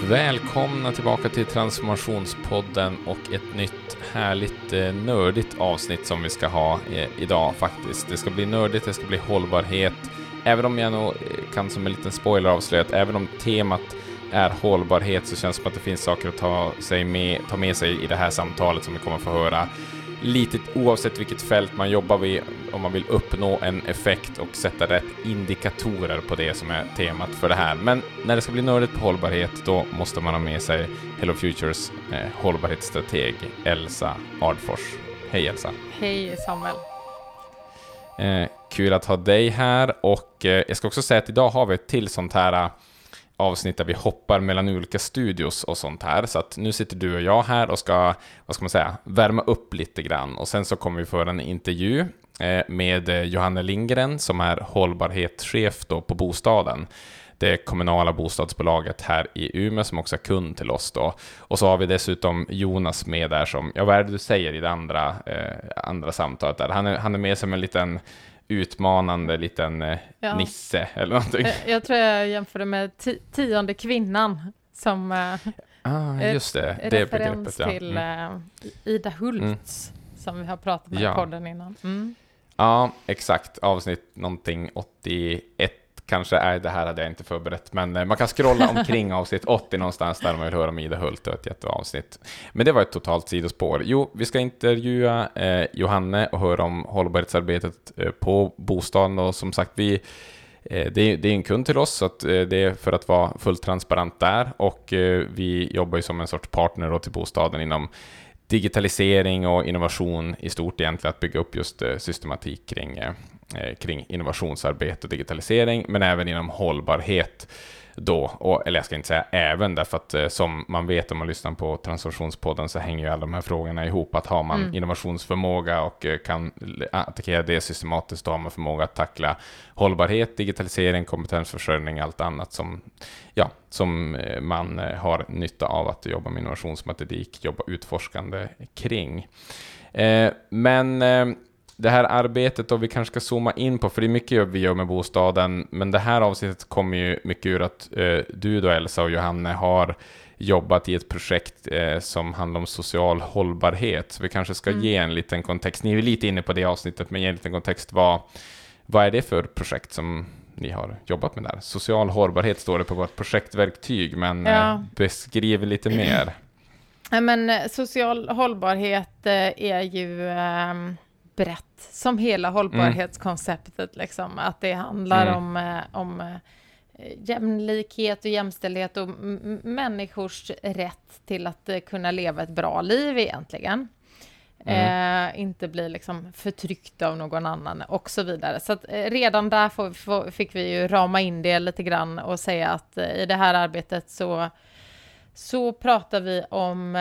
Välkomna tillbaka till Transformationspodden och ett nytt härligt nördigt avsnitt som vi ska ha idag faktiskt. Det ska bli nördigt, det ska bli hållbarhet. Även om jag nog kan som en liten spoiler avslöja att även om temat är hållbarhet så känns det som att det finns saker att ta med sig i det här samtalet som vi kommer få höra. Lite oavsett vilket fält man jobbar vid, om man vill uppnå en effekt och sätta rätt indikatorer på det som är temat för det här. Men när det ska bli nördigt på hållbarhet, då måste man ha med sig Hello Futures hållbarhetsstrateg Elsa Ardfors. Hej Elsa. Hej Samuel. Kul att ha dig här, och jag ska också säga att idag har vi ett till sånt här avsnitt där vi hoppar mellan olika studios och sånt här. Så att nu sitter du och jag här och ska, vad ska man säga, värma upp lite grann. Och sen så kommer vi föra en intervju med Johanne Lindgren som är hållbarhetschef då på Bostaden. Det kommunala bostadsbolaget här i Umeå som också är kund till oss då. Och så har vi dessutom Jonas med där som, vad är det du säger i det andra samtalet där? Han är med som en liten utmanande liten nisse eller någonting. Jag tror jag jämförde med tionde kvinnan som just det referens begreppet, till Ida Hults som vi har pratat med i podden innan. Ja, exakt. Avsnitt någonting 81 kanske är det här, hade jag inte förberett, men man kan scrolla omkring avsnitt 80 någonstans där man vill höra om Ida Hult och ett jätteavsnitt. Men det var ett totalt sidospår. Jo, vi ska intervjua Johanne och höra om hållbarhetsarbetet på Bostaden, och som sagt, det är en kund till oss, så att det är för att vara fullt transparent där, och vi jobbar ju som en sorts partner då till Bostaden inom digitalisering och innovation i stort egentligen, att bygga upp just systematik kring innovationsarbete och digitalisering, men även inom hållbarhet då, eller jag ska inte säga även, därför att som man vet om man lyssnar på Transformationspodden så hänger ju alla de här frågorna ihop. Att har man innovationsförmåga och kan attackera det systematiskt, då har man förmåga att tackla hållbarhet, digitalisering, kompetensförsörjning, allt annat som man har nytta av att jobba med innovationsmetodik, jobba utforskande kring. Men det här arbetet då vi kanske ska zooma in på, för det är mycket vi gör med Bostaden, men det här avsnittet kommer ju mycket ur att du då Elsa och Johanne har jobbat i ett projekt som handlar om social hållbarhet. Så vi kanske ska ge en liten kontext. Ni är lite inne på det avsnittet, men ge en liten kontext. Vad är det för projekt som ni har jobbat med där? Social hållbarhet står det på vårt projektverktyg, men beskriv lite mer. Men social hållbarhet är ju brett som hela hållbarhetskonceptet liksom, att det handlar om jämlikhet och jämställdhet och människors rätt till att kunna leva ett bra liv egentligen. Inte bli liksom förtryckt av någon annan och så vidare. Så att redan där fick vi ju rama in det lite grann och säga att i det här arbetet så pratar vi om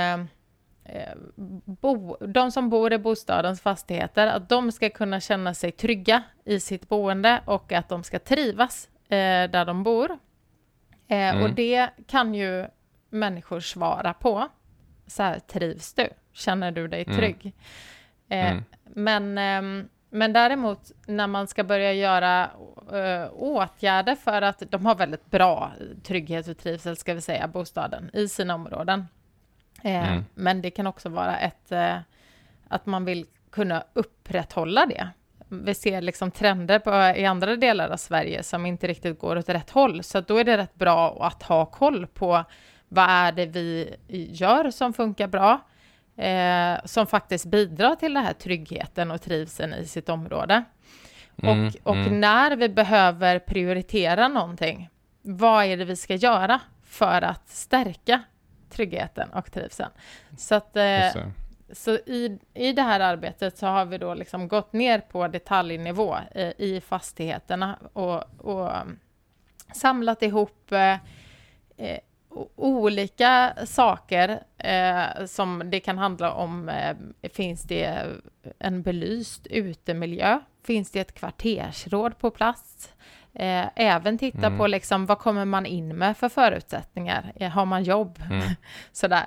de som bor i bostadens fastigheter, att de ska kunna känna sig trygga i sitt boende och att de ska trivas där de bor. Och det kan ju människor svara på. Så här, trivs du? Känner du dig trygg? Men däremot när man ska börja göra åtgärder för att de har väldigt bra trygghet och trivsel, ska vi säga, Bostaden i sina områden. Men det kan också vara att man vill kunna upprätthålla det. Vi ser liksom trender i andra delar av Sverige som inte riktigt går åt rätt håll. Så då är det rätt bra att ha koll på vad är det vi gör som funkar bra. Som faktiskt bidrar till den här tryggheten och trivseln i sitt område. Och när vi behöver prioritera någonting, vad är det vi ska göra för att stärka tryggheten och trivseln? Så att så i det här arbetet så har vi då liksom gått ner på detaljnivå i fastigheterna och samlat ihop olika saker som det kan handla om. Finns det en belyst utemiljö? Finns det ett kvartersråd på plats? Även titta på liksom, vad kommer man in med för förutsättningar? Har man jobb? Sådär.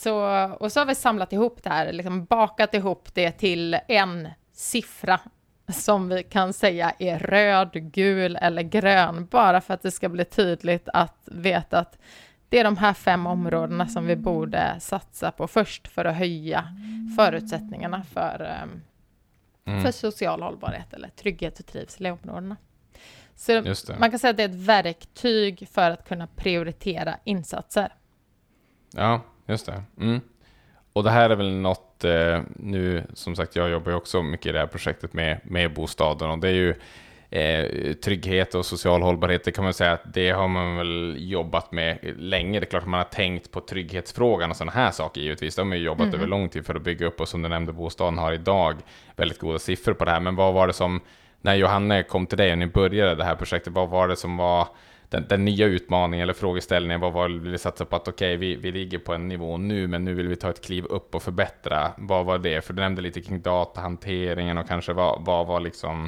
Och så har vi samlat ihop det här, liksom bakat ihop det till en siffra som vi kan säga är röd, gul eller grön, bara för att det ska bli tydligt att veta att det är de här 5 områdena som vi borde satsa på först för att höja förutsättningarna för social hållbarhet eller trygghet och trivsel i områdena. Så man kan säga att det är ett verktyg för att kunna prioritera insatser. Ja, just det. Och det här är väl något, nu som sagt, jag jobbar ju också mycket i det här projektet med bostaden, och det är ju trygghet och social hållbarhet, det kan man säga att det har man väl jobbat med länge. Det är klart att man har tänkt på trygghetsfrågan och sådana här saker givetvis. De har ju jobbat över lång tid för att bygga upp, och som du nämnde, bostaden har idag väldigt goda siffror på det här. Men vad var det som, när Johanne kom till dig och ni började det här projektet, vad var det som var den nya utmaningen eller frågeställningen? Vad var det vi satsade på att okej, vi ligger på en nivå nu, men nu vill vi ta ett kliv upp och förbättra. Vad var det? För du nämnde lite kring datahanteringen, och kanske vad var liksom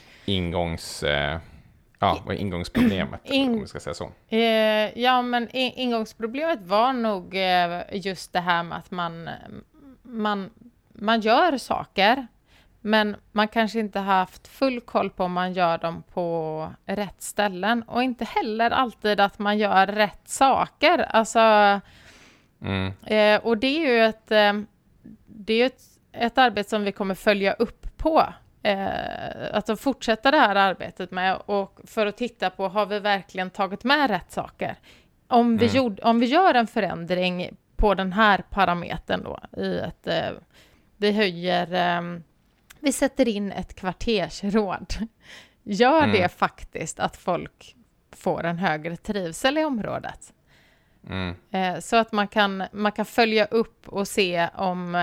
vad är ingångsproblemet, om vi ska säga så? Ja, men ingångsproblemet var nog just det här med att man gör saker, men man kanske inte har haft full koll på om man gör dem på rätt ställen, och inte heller alltid att man gör rätt saker. Alltså, och det är ju ett arbete som vi kommer följa upp på. Att fortsätta det här arbetet med, och för att titta på, har vi verkligen tagit med rätt saker? Om vi gör en förändring på den här parametern då, i ett vi sätter in ett kvartersråd. Gör det faktiskt att folk får en högre trivsel i området? Så att man kan följa upp och se om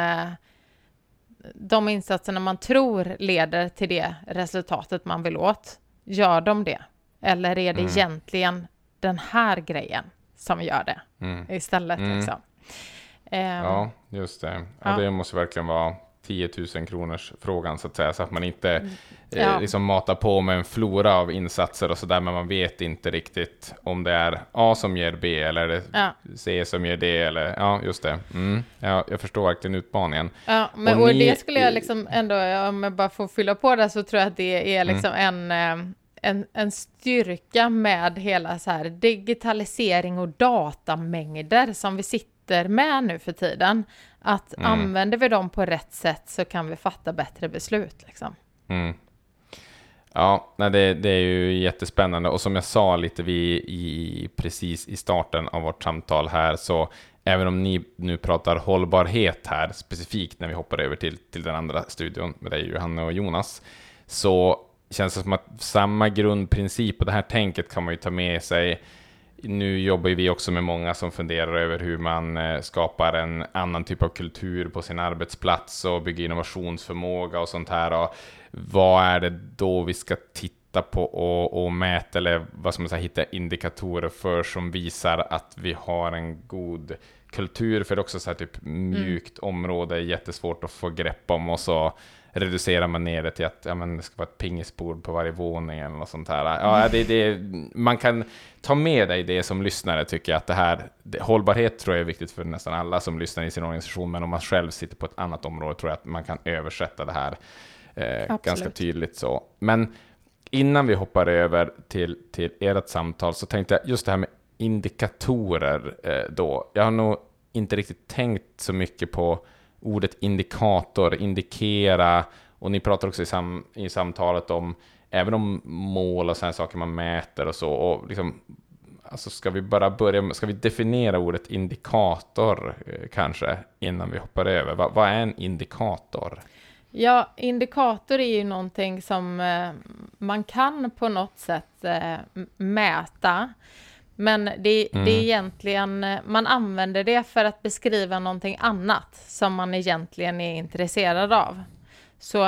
de insatserna man tror leder till det resultatet man vill åt, gör de det? Eller är det egentligen den här grejen som gör det istället? Liksom? Ja, just det. Ja, det måste verkligen vara 10 000 kronors frågan, så att säga, så att man inte liksom matar på med en flora av insatser och sådär, men man vet inte riktigt om det är A som ger B eller är det C som ger D, eller just det. Ja, jag förstår verkligen utmaningen. Ja, men och det skulle jag liksom ändå, om jag bara får fylla på det, så tror jag att det är liksom en styrka med hela så här digitalisering och datamängder som vi sitter med nu för tiden. Att använder vi dem på rätt sätt, så kan vi fatta bättre beslut liksom. Ja, det är ju jättespännande, och som jag sa lite precis i starten av vårt samtal här, så även om ni nu pratar hållbarhet här specifikt, när vi hoppar över till den andra studion med dig, Johanne och Jonas, så känns det som att samma grundprincip och det här tänket kan man ju ta med sig. Nu jobbar vi också med många som funderar över hur man skapar en annan typ av kultur på sin arbetsplats och bygger innovationsförmåga och sånt här. Och vad är det då vi ska titta på och mäta, eller vad ska man säga, hitta indikatorer för som visar att vi har en god kultur? För det är också så här typ mjukt område, är jättesvårt att få grepp om, och så reducerar man ner det till att det ska vara ett pingisbord på varje våning eller något sånt här. Ja, man kan ta med dig det som lyssnare, tycker jag, att hållbarhet tror jag är viktigt för nästan alla som lyssnar i sin organisation, men om man själv sitter på ett annat område tror jag att man kan översätta det här ganska tydligt så. Men innan vi hoppar över till ert samtal, så tänkte jag just det här med indikatorer då. Jag har nog inte riktigt tänkt så mycket på ordet indikator, indikera, och ni pratar också i samtalet om även om mål och sådana saker man mäter och så, och liksom, alltså ska vi definiera ordet indikator kanske innan vi hoppar över? Vad är en indikator? Ja, indikator är ju någonting som man kan på något sätt mäta. Men det är egentligen, man använder det för att beskriva någonting annat som man egentligen är intresserad av. Så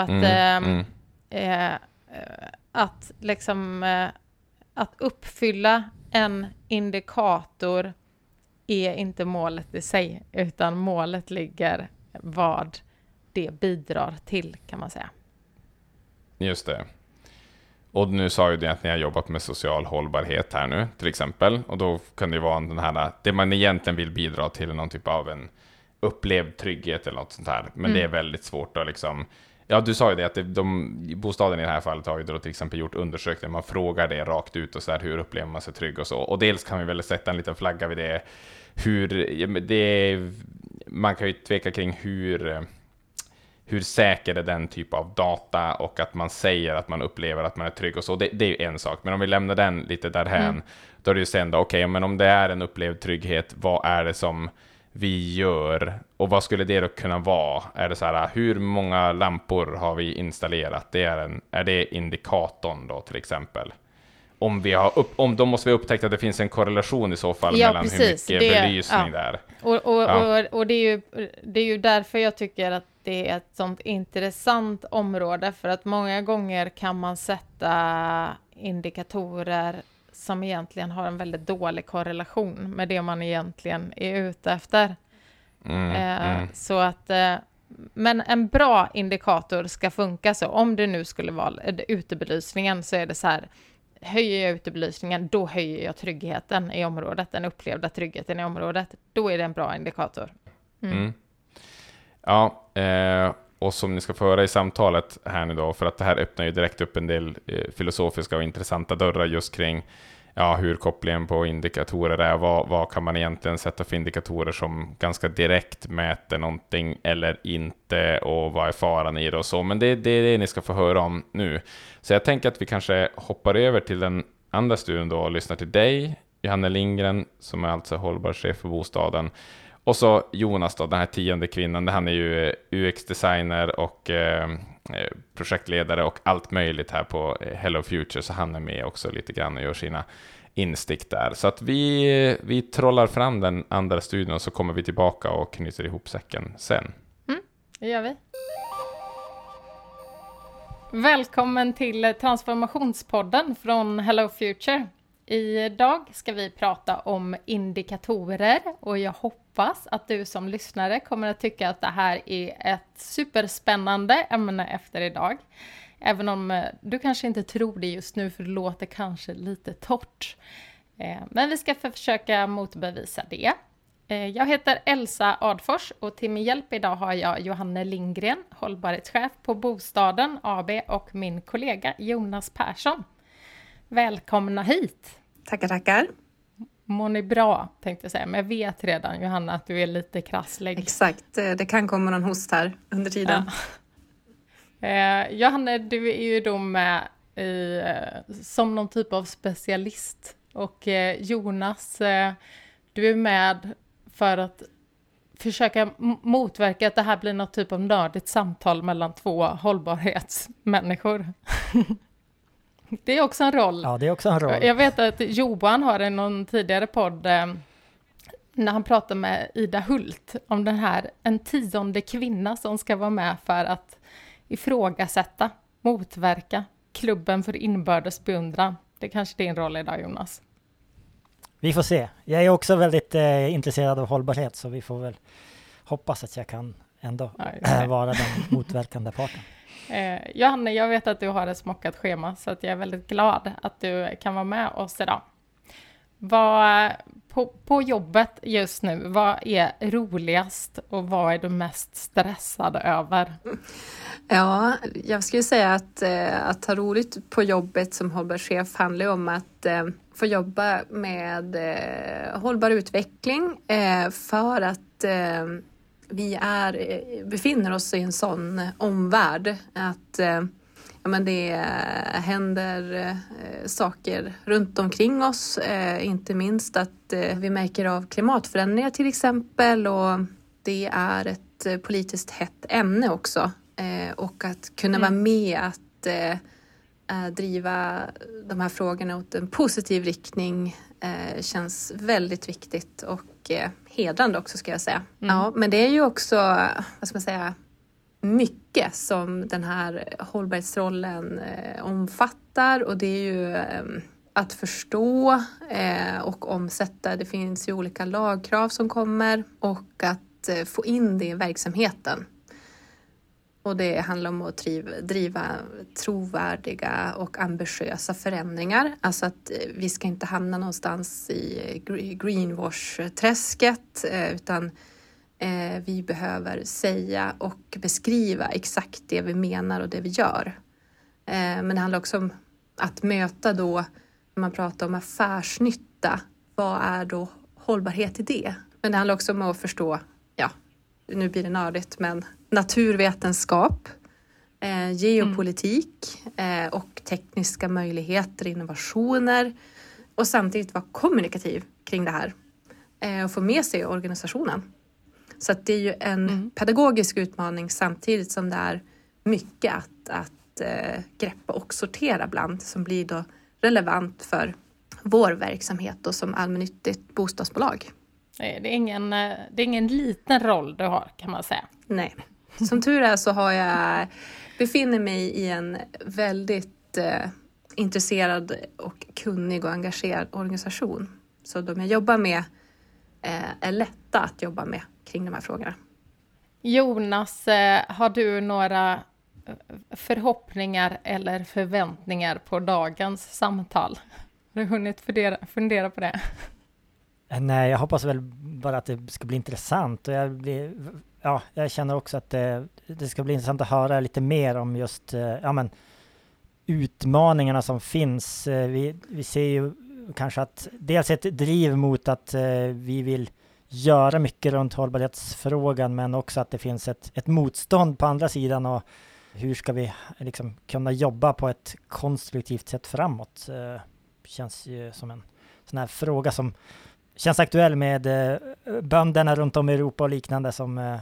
att uppfylla en indikator är inte målet i sig, utan målet ligger vad det bidrar till, kan man säga. Just det. Och nu sa ju det att ni har jobbat med social hållbarhet här nu, till exempel. Och då kan det vara den här, det man egentligen vill bidra till någon typ av en upplevd trygghet eller något sånt här. Men det är väldigt svårt att liksom Ja, du sa ju det att bostaden i det här fallet har ju då till exempel gjort undersökningar. Man frågar det rakt ut och så här, hur upplever man sig trygg och så. Och dels kan vi väl sätta en liten flagga vid det. Man kan ju tveka kring hur säker är den typ av data och att man säger att man upplever att man är trygg och så. Det är ju en sak. Men om vi lämnar den lite därhän, då är det ju sen då, okej, men om det är en upplevd trygghet, vad är det som vi gör? Och vad skulle det då kunna vara? Är det så här, hur många lampor har vi installerat? Är det indikatorn då till exempel? Om då måste vi upptäcka att det finns en korrelation i så fall mellan hur mycket belysning det är. Och det är ju därför jag tycker att det är ett sånt intressant område, för att många gånger kan man sätta indikatorer som egentligen har en väldigt dålig korrelation med det man egentligen är ute efter. Så att, men en bra indikator ska funka så. Om det nu skulle vara utebelysningen, så är det så här: höjer jag utebelysningen, då höjer jag tryggheten i området, den upplevda tryggheten i området. Då är det en bra indikator. Ja, och som ni ska få höra i samtalet här nu då, för att det här öppnar ju direkt upp en del filosofiska och intressanta dörrar just kring hur kopplingen på indikatorer är. Vad kan man egentligen sätta för indikatorer som ganska direkt mäter någonting eller inte, och vad är faran i det och så. Men det är det ni ska få höra om nu. Så jag tänker att vi kanske hoppar över till den andra studion då och lyssnar till dig, Johanne Lindgren, som är alltså hållbarhetschef för bostaden. Och så Jonas då, den här 10:e kvinnan. Han är ju UX-designer och projektledare och allt möjligt här på Hello Future. Så han är med också lite grann och gör sina instick där. Så att vi trollar fram den andra studion, och så kommer vi tillbaka och knyter ihop säcken sen. Det gör vi. Välkommen till Transformationspodden från Hello Future. Idag ska vi prata om indikatorer, och jag hoppas att du som lyssnare kommer att tycka att det här är ett superspännande ämne efter idag. Även om du kanske inte tror det just nu, för det låter kanske lite torrt. Men vi ska försöka motbevisa det. Jag heter Elsa Adfors, och till min hjälp idag har jag Johanne Lindgren, hållbarhetschef på Bostaden AB, och min kollega Jonas Persson. Välkomna hit! Tackar. Mår ni bra, tänkte jag säga. Men jag vet redan, Johanna, att du är lite krasslig. Exakt, det kan komma någon host här under tiden. Ja. Johanne, du är ju då med som någon typ av specialist. Och Jonas, du är med för att försöka motverka att det här blir något typ av nördigt samtal mellan två hållbarhetsmänniskor. Det är också en roll. Ja, det är också en roll. Jag vet att Johan har i någon tidigare podd när han pratar med Ida Hult om den här, en 10:e kvinna som ska vara med för att ifrågasätta, motverka klubben för inbördes beundran. Det är kanske din roll idag, Jonas. Vi får se. Jag är också väldigt intresserad av hållbarhet, så vi får väl hoppas att jag kan ändå vara den motverkande parten. Johanne, jag vet att du har ett smockat schema, så att jag är väldigt glad att du kan vara med oss idag. På jobbet just nu, vad är roligast och vad är du mest stressad över? Ja, jag skulle säga att ha roligt på jobbet som hållbarhetschef handlar om att få jobba med hållbar utveckling för att vi befinner oss i en sån omvärld att det händer saker runt omkring oss. Inte minst att vi märker av klimatförändringar till exempel, och det är ett politiskt hett ämne också. Och att kunna vara med att driva de här frågorna åt en positiv riktning känns väldigt viktigt och hedrande också, ska jag säga. Ja, men det är ju också, vad ska man säga, mycket som den här hållbarhetsrollen omfattar, och det är ju att förstå och omsätta. Det finns ju olika lagkrav som kommer, och att få in det i verksamheten. Och det handlar om att driva trovärdiga och ambitiösa förändringar. Alltså att vi ska inte hamna någonstans i greenwash-träsket, utan vi behöver säga och beskriva exakt det vi menar och det vi gör. Men det handlar också om att möta då, när man pratar om affärsnytta, vad är då hållbarhet i det? Men det handlar också om att förstå, nu blir det nördigt, men naturvetenskap, geopolitik och tekniska möjligheter, innovationer, och samtidigt vara kommunikativ kring det här och få med sig organisationen. Så att det är ju en pedagogisk utmaning samtidigt som det är mycket att greppa och sortera bland som blir då relevant för vår verksamhet och som allmännyttigt bostadsbolag. Det är ingen liten roll du har, kan man säga. Nej. Som tur är så befinner mig i en väldigt intresserad och kunnig och engagerad organisation. Så de jag jobbar med är lätta att jobba med kring de här frågorna. Jonas, har du några förhoppningar eller förväntningar på dagens samtal? Har du hunnit fundera på det? Nej, jag hoppas väl bara att det ska bli intressant, och jag känner också att det ska bli intressant att höra lite mer om just utmaningarna som finns. Vi ser ju kanske att dels ett driv mot att vi vill göra mycket runt hållbarhetsfrågan, men också att det finns ett motstånd på andra sidan, och hur ska vi liksom kunna jobba på ett konstruktivt sätt framåt? Känns ju som en sån här fråga som känns aktuell med bönderna runt om i Europa och liknande som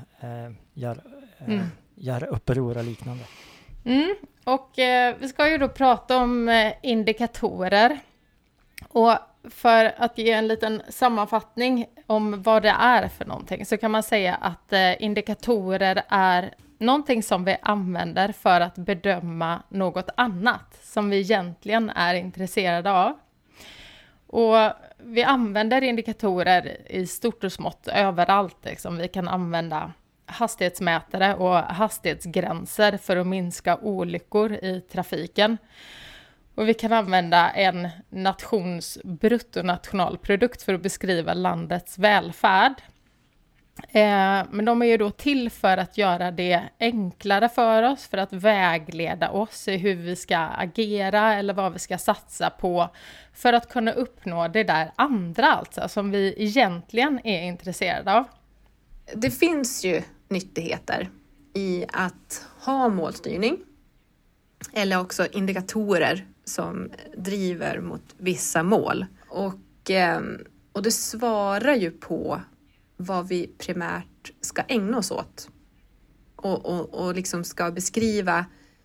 gör uppror och liknande. Och vi ska ju då prata om indikatorer. Och för att ge en liten sammanfattning om vad det är för någonting, så kan man säga att indikatorer är någonting som vi använder för att bedöma något annat som vi egentligen är intresserade av. Och vi använder indikatorer i stort och smått överallt. Liksom. Vi kan använda hastighetsmätare och hastighetsgränser för att minska olyckor i trafiken. Och vi kan använda en nations bruttonationalprodukt för att beskriva landets välfärd. Men de är ju då till för att göra det enklare för oss, för att vägleda oss i hur vi ska agera eller vad vi ska satsa på för att kunna uppnå det där andra, alltså, som vi egentligen är intresserade av. Det finns ju nyttigheter i att ha målstyrning eller också indikatorer som driver mot vissa mål. Och det svarar ju på vad vi primärt ska ägna oss åt. Och liksom ska beskriva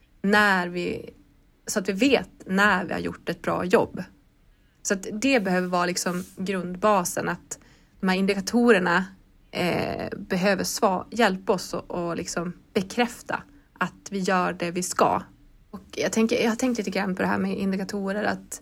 så att vi vet när vi har gjort ett bra jobb. Så att det behöver vara liksom grundbasen, att de här indikatorerna behöver hjälpa oss och liksom bekräfta att vi gör det vi ska. Och jag har tänkt lite grann på det här med indikatorer, att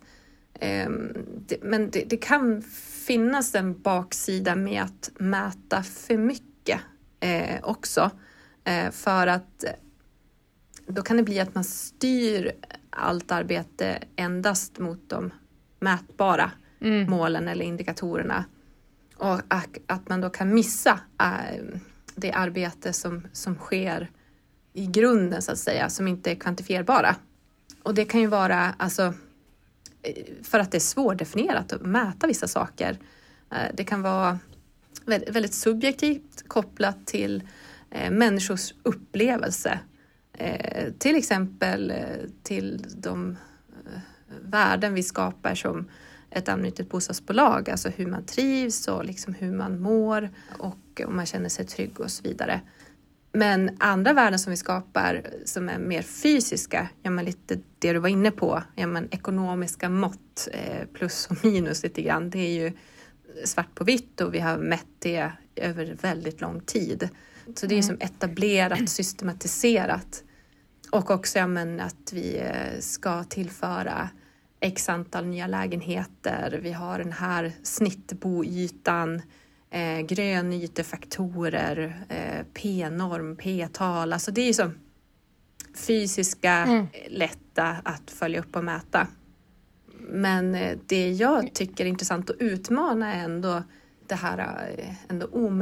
det kan finnas en baksida med att mäta för mycket också. För att då kan det bli att man styr allt arbete endast mot de mätbara målen eller indikatorerna. Och att man då kan missa det arbete som sker i grunden, så att säga, som inte är kvantifierbara. Och det kan ju vara för att det är svårdefinierat att mäta vissa saker. Det kan vara väldigt subjektivt kopplat till människors upplevelse. Till exempel till de värden vi skapar som ett allmännyttigt bostadsbolag. Alltså hur man trivs och liksom hur man mår och om man känner sig trygg och så vidare. Men andra värden som vi skapar som är mer fysiska, lite det du var inne på, ekonomiska mått, plus och minus lite grann, det är ju svart på vitt och vi har mätt det över väldigt lång tid. Så det är som etablerat, systematiserat. Och också att vi ska tillföra x antal nya lägenheter. Vi har den här snittboytan, grönytefaktorer, p-norm, p-tal. Alltså det är som fysiska, lätta att följa upp och mäta. Men det jag tycker är intressant att utmana är ändå det här ändå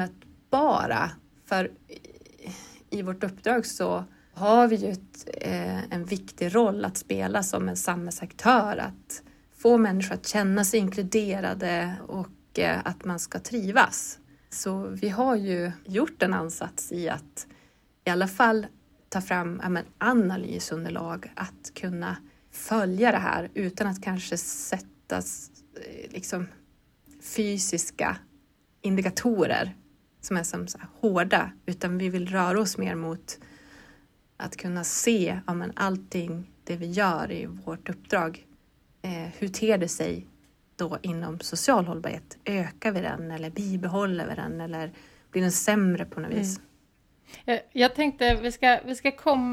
bara. För i vårt uppdrag så har vi ju en viktig roll att spela som en samhällsaktör. Att få människor att känna sig inkluderade och att man ska trivas. Så vi har ju gjort en ansats i att i alla fall ta fram analysunderlag. Att kunna följa det här utan att kanske sätta liksom fysiska indikatorer som är som så här hårda, utan vi vill röra oss mer mot att kunna se allting det vi gör i vårt uppdrag. Hur ter det sig då inom social hållbarhet? Ökar vi den eller bibehåller vi den eller blir den sämre på något vis? Jag tänkte vi ska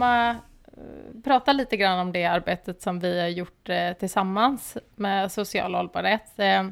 prata lite grann om det arbetet som vi har gjort tillsammans med social hållbarhet.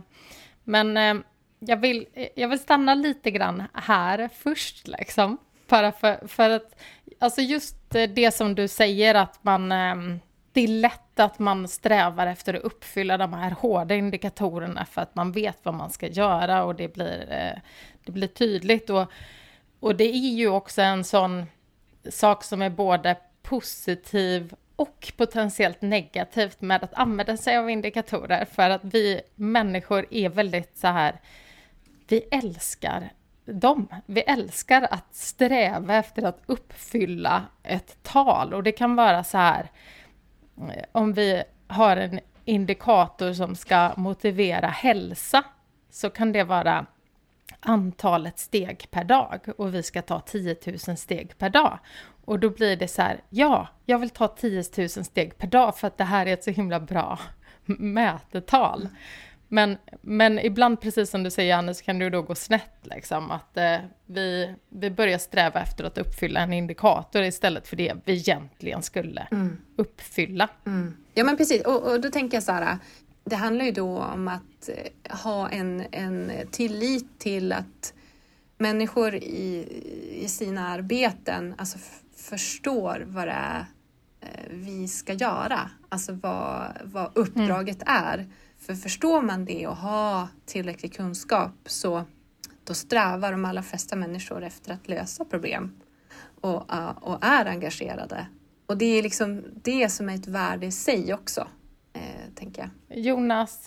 Men jag vill stanna lite grann här först liksom. Bara för att alltså just det som du säger att det är lätt att man strävar efter att uppfylla de här hårda indikatorerna för att man vet vad man ska göra och det blir tydligt. Och det är ju också en sån sak som är både positiv och potentiellt negativt med att använda sig av indikatorer, för att vi människor är väldigt så här, vi älskar dem. Vi älskar att sträva efter att uppfylla ett tal, och det kan vara så här, om vi har en indikator som ska motivera hälsa så kan det vara antalet steg per dag och vi ska ta 10 000 steg per dag. Och då blir det så här, ja, jag vill ta 10 000 steg per dag för att det här är ett så himla bra mätetal. Men ibland, precis som du säger Anne, så kan det då gå snett liksom, att vi börjar sträva efter att uppfylla en indikator istället för det vi egentligen skulle uppfylla. Ja men precis, och då tänker jag så här, det handlar ju då om att ha en tillit till att människor i sina arbeten alltså förstår vad det är vi ska göra. Alltså vad uppdraget är. För förstår man det och har tillräcklig kunskap så då strävar de allra flesta människor efter att lösa problem och är engagerade. Och det är liksom det som är ett värde i sig också, tänker jag. Jonas?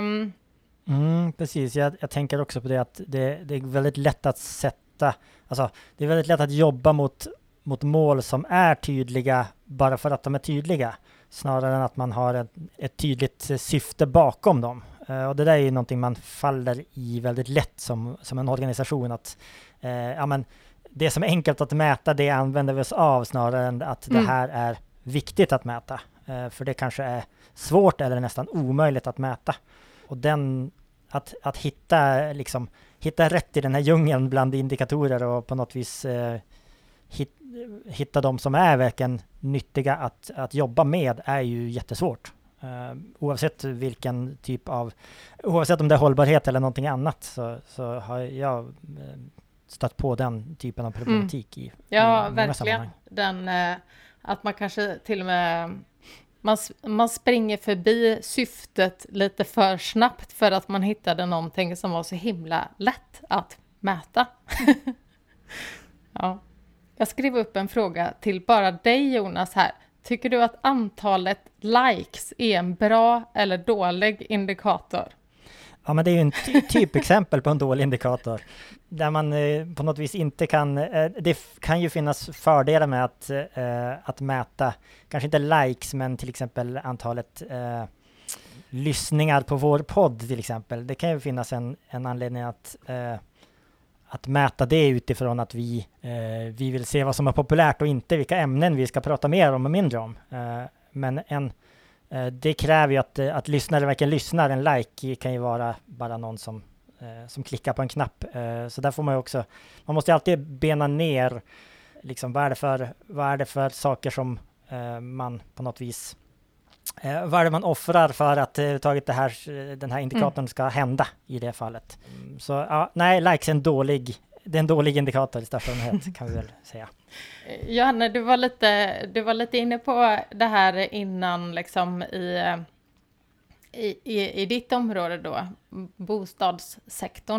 Precis, jag tänker också på det att det är väldigt lätt att det är väldigt lätt att jobba mot mål som är tydliga bara för att de är tydliga, snarare än att man har ett tydligt syfte bakom dem. Och det där är ju någonting man faller i väldigt lätt som en organisation, att det som är enkelt att mäta, det använder vi oss av snarare än att det här är viktigt att mäta. För det kanske är svårt eller nästan omöjligt att mäta. Och att hitta rätt i den här djungeln bland indikatorer och på något vis hitta de som är verkligen nyttiga att jobba med är ju jättesvårt. Oavsett oavsett om det är hållbarhet eller någonting annat, så har jag stött på den typen av problematik i många verkligen sammanhang. Att man kanske till och med man springer förbi syftet lite för snabbt för att man hittade någonting som var så himla lätt att mäta. Ja. Jag skrev upp en fråga till bara dig Jonas här. Tycker du att antalet likes är en bra eller dålig indikator? Ja, men det är ju en typexempel på en dålig indikator. Där man på något vis inte kan... det kan ju finnas fördelar med att mäta, kanske inte likes, men till exempel antalet lyssningar på vår podd till exempel. Det kan ju finnas en anledning att mäta det utifrån att vi vill se vad som är populärt och inte vilka ämnen vi ska prata mer om och mindre om. Men det kräver ju att lyssnare verkligen lyssnar. En like kan ju vara bara någon som klickar på en knapp. Så där får man ju också, man måste alltid bena ner liksom, vad är det för saker som man på något vis, vad är det man offrar för att den här indikatorn ska hända i det fallet. Så ja, nej, likes är en dålig indikator i största allmänhet, kan vi väl säga. Johanna, du var lite inne på det här innan liksom i ditt område då, bostadssektorn.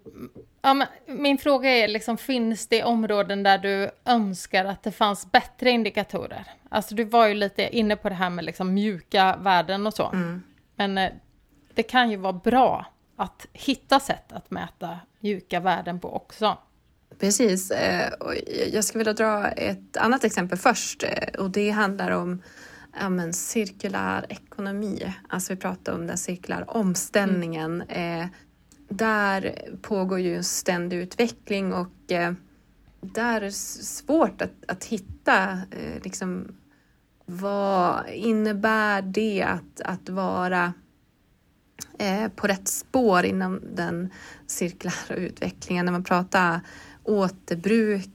Ja, men min fråga är liksom, finns det områden där du önskar att det fanns bättre indikatorer? Alltså du var ju lite inne på det här med liksom mjuka värden och så. Men det kan ju vara bra att hitta sätt att mäta mjuka värden på också. Precis. Och jag skulle vilja dra ett annat exempel först. Och det handlar om cirkulär ekonomi. Alltså vi pratar om den cirkulära omställningen. Där pågår ju en ständig utveckling och där är det svårt att hitta liksom, vad innebär det att vara på rätt spår inom den cirkulära utvecklingen. När man pratar återbruk,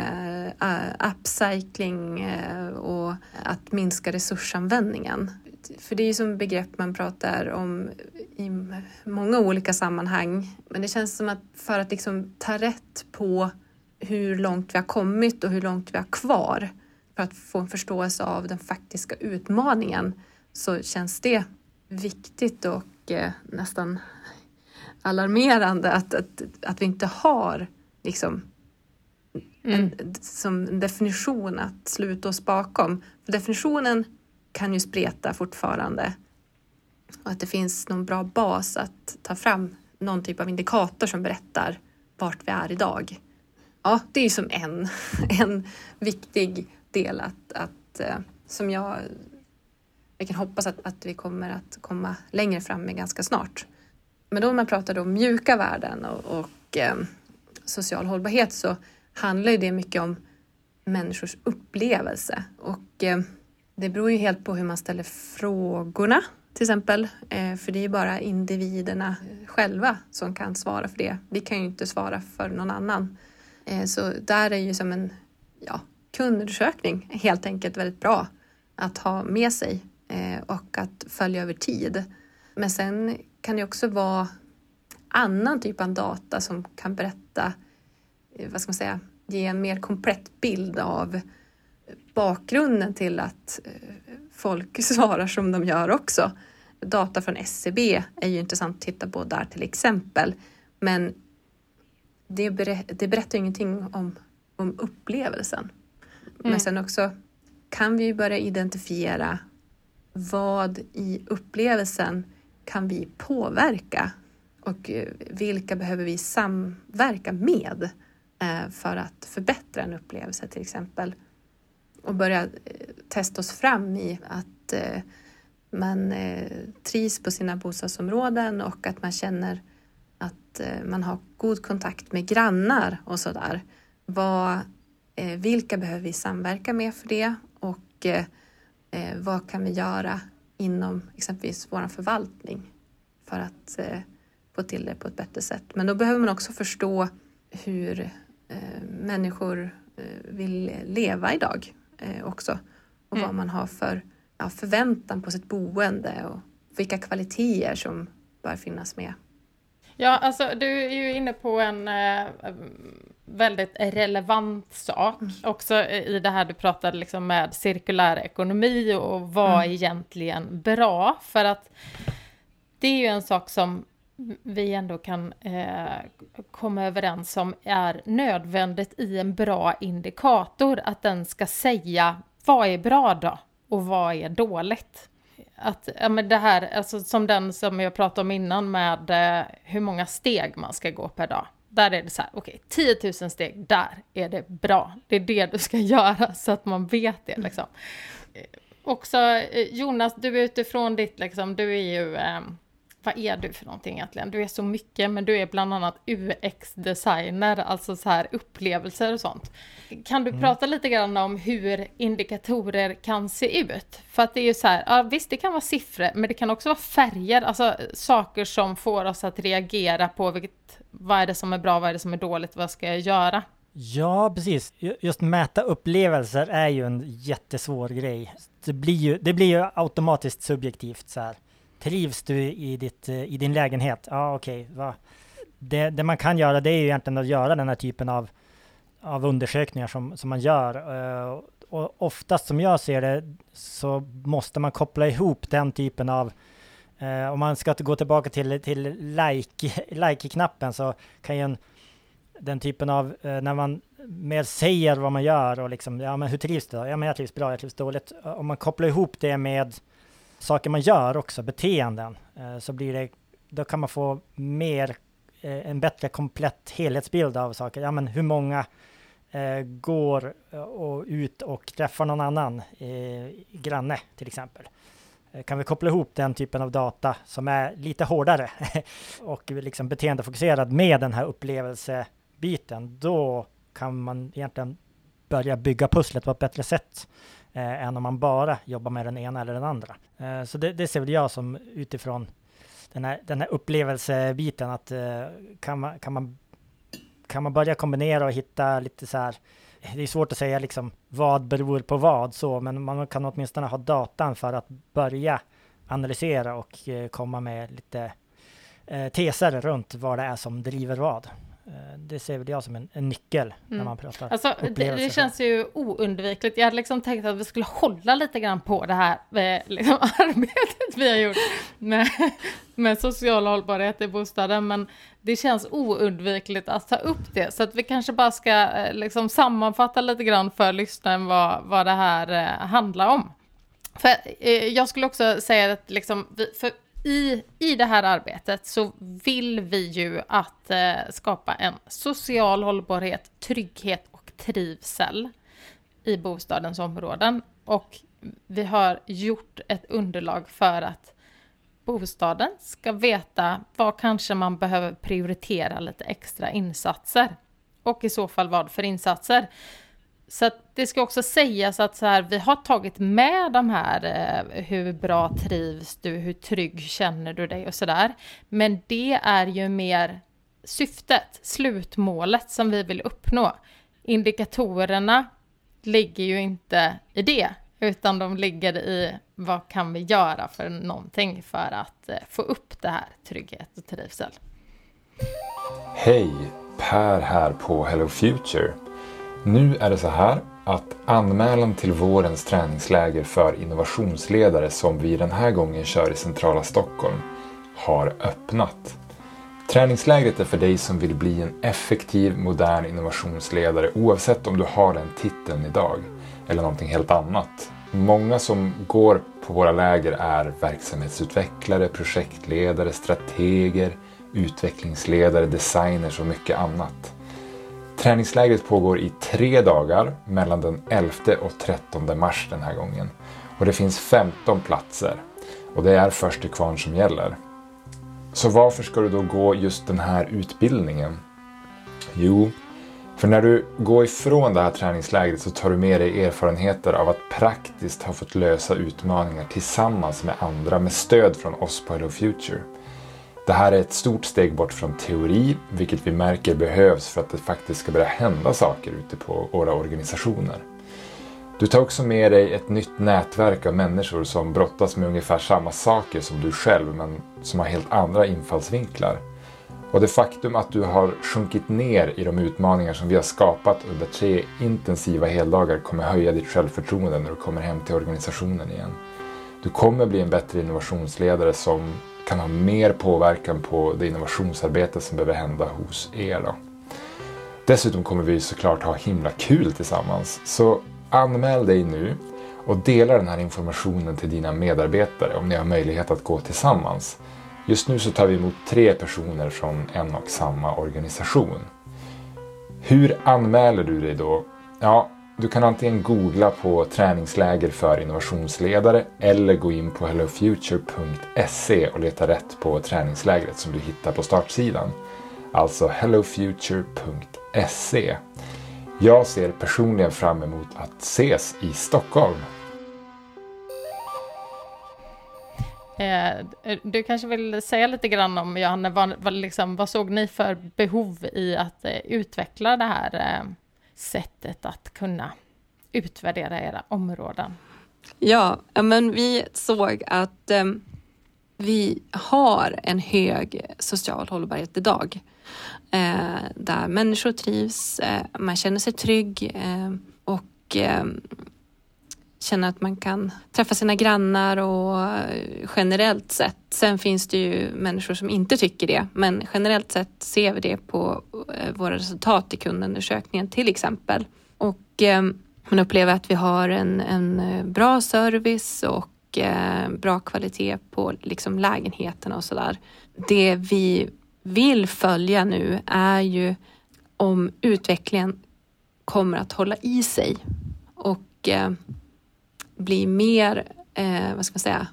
upcycling och att minska resursanvändningen. För det är ju som begrepp man pratar om i många olika sammanhang. Men det känns som att för att liksom ta rätt på hur långt vi har kommit och hur långt vi har kvar, för att få en förståelse av den faktiska utmaningen, så känns det viktigt och nästan alarmerande att vi inte har liksom som definition att sluta oss bakom. För definitionen kan ju spreta fortfarande. Och att det finns någon bra bas att ta fram någon typ av indikator som berättar vart vi är idag. Ja, det är ju som en viktig del att som jag kan hoppas att vi kommer att komma längre fram med ganska snart. Men då när man pratar om mjuka värden och social hållbarhet, så handlar ju det mycket om människors upplevelse. Och det beror ju helt på hur man ställer frågorna, till exempel. För det är ju bara individerna själva som kan svara för det. Vi kan ju inte svara för någon annan. Så där är ju som en kundundersökning helt enkelt väldigt bra att ha med sig och att följa över tid. Men sen kan det också vara annan typ av data som kan berätta, ge en mer komplett bild av bakgrunden till att folk svarar som de gör också. Data från SCB är ju intressant att titta på där till exempel. Men det berättar ingenting om upplevelsen. Men sen också kan vi börja identifiera vad i upplevelsen kan vi påverka och vilka behöver vi samverka med för att förbättra en upplevelse till exempel. Och börja testa oss fram i att man trivs på sina bostadsområden och att man känner att man har god kontakt med grannar och sådär. Vilka behöver vi samverka med för det och vad kan vi göra inom exempelvis vår förvaltning för att få till det på ett bättre sätt. Men då behöver man också förstå hur människor vill leva idag också. Och vad man har för förväntan på sitt boende och vilka kvaliteter som bör finnas med. Ja, alltså du är ju inne på en väldigt relevant sak. Också i det här du pratade liksom med cirkulär ekonomi och vad är egentligen bra. För att det är ju en sak som vi ändå kan komma överens om är nödvändigt i en bra indikator. Att den ska säga vad är bra då och vad är dåligt. Att, men det här, alltså som den som jag pratade om innan med hur många steg man ska gå per dag. Där är det så här, okej, 10 000 steg, där är det bra. Det är det du ska göra så att man vet det liksom. Också Jonas, du är utifrån ditt liksom, du är ju, vad är du för någonting egentligen? Du är så mycket, men du är bland annat UX-designer, alltså så här upplevelser och sånt. Kan du prata lite grann om hur indikatorer kan se ut? För att det är ju så här, ja visst det kan vara siffror, men det kan också vara färger, alltså saker som får oss att reagera på vad är det som är bra, vad är det som är dåligt, vad ska jag göra? Ja, precis. Just mäta upplevelser är ju en jättesvår grej. Det blir ju automatiskt subjektivt så här. Trivs du i din lägenhet? Ja, okej. Det man kan göra, det är ju egentligen att göra den här typen av undersökningar som man gör. Och oftast som jag ser det så måste man koppla ihop den typen av Om man ska gå tillbaka till like-knappen så kan ju den typen av, när man mer säger vad man gör och liksom, ja men hur trivs du då? Ja men jag trivs bra, jag trivs dåligt. Om man kopplar ihop det med saker man gör också, beteenden, så blir det, då kan man få en bättre komplett helhetsbild av saker. Ja men hur många går ut och träffar någon annan granne till exempel. Kan vi koppla ihop den typen av data som är lite hårdare och liksom beteendefokuserad med den här upplevelsebiten, då kan man egentligen börja bygga pusslet på ett bättre sätt än om man bara jobbar med den ena eller den andra. Så det ser väl jag som utifrån den här upplevelsebiten, att kan man börja kombinera och hitta lite så här, det är svårt att säga liksom vad beror på vad så, men man kan åtminstone ha datan för att börja analysera och komma med lite teser runt vad det är som driver vad. Det ser väl jag som en nyckel när man pratar. Alltså, det känns ju oundvikligt. Jag hade liksom tänkt att vi skulle hålla lite grann på det här liksom, arbetet vi har gjort med social hållbarhet i bostaden, men det känns oundvikligt att ta upp det. Så att vi kanske bara ska liksom sammanfatta lite grann för lyssnaren vad det här handlar om. För jag skulle också säga att liksom, i det här arbetet så vill vi ju att skapa en social hållbarhet, trygghet och trivsel i bostadens områden. Och vi har gjort ett underlag för att bostaden ska veta vad kanske man behöver prioritera lite extra insatser. Och i så fall vad för insatser. Så att det ska också sägas att så här, vi har tagit med de här hur bra trivs du, hur trygg känner du dig och sådär. Men det är ju mer syftet, slutmålet som vi vill uppnå. Indikatorerna ligger ju inte i det, utan de ligger i vad kan vi göra för någonting för att få upp det här trygghet och trivsel. Hej, Per här på Hello Future. Nu är det så här att anmälan till vårens träningsläger för innovationsledare som vi den här gången kör i centrala Stockholm har öppnat. Träningslägret är för dig som vill bli en effektiv, modern innovationsledare oavsett om du har den titeln idag eller någonting helt annat. Många som går på våra läger är verksamhetsutvecklare, projektledare, strateger, utvecklingsledare, designers och mycket annat. Träningslägret pågår i 3 dagar mellan den 11 och 13 mars den här gången. Och det finns 15 platser. Och det är först till kvarn som gäller. Så varför ska du då gå just den här utbildningen? Jo, för när du går ifrån det här träningslägret så tar du med dig erfarenheter av att praktiskt ha fått lösa utmaningar tillsammans med andra med stöd från oss på Hello Future. Det här är ett stort steg bort från teori, vilket vi märker behövs för att det faktiskt ska börja hända saker ute på våra organisationer. Du tar också med dig ett nytt nätverk av människor som brottas med ungefär samma saker som du själv, men som har helt andra infallsvinklar. Och det faktum att du har sjunkit ner i de utmaningar som vi har skapat under 3 intensiva heldagar kommer höja ditt självförtroende när du kommer hem till organisationen igen. Du kommer bli en bättre innovationsledare som kan ha mer påverkan på det innovationsarbete som behöver hända hos er då. Dessutom kommer vi såklart ha himla kul tillsammans. Så anmäl dig nu och dela den här informationen till dina medarbetare om ni har möjlighet att gå tillsammans. Just nu så tar vi emot 3 personer från en och samma organisation. Hur anmäler du dig då? Ja, du kan antingen googla på träningsläger för innovationsledare eller gå in på hellofuture.se och leta rätt på träningslägret som du hittar på startsidan. Alltså hellofuture.se. Jag ser personligen fram emot att ses i Stockholm. Du kanske vill säga lite grann om, Johanne, vad såg ni för behov i att utveckla det här sättet att kunna utvärdera era områden? Ja, men vi såg att vi har en hög social hållbarhet idag. Där människor trivs, man känner sig trygg och känna att man kan träffa sina grannar och generellt sett. Sen finns det ju människor som inte tycker det, men generellt sett ser vi det på våra resultat i kundundersökningen till exempel. Och man upplever att vi har en bra service och bra kvalitet på liksom lägenheterna och sådär. Det vi vill följa nu är ju om utvecklingen kommer att hålla i sig och bli mer, vad ska man säga,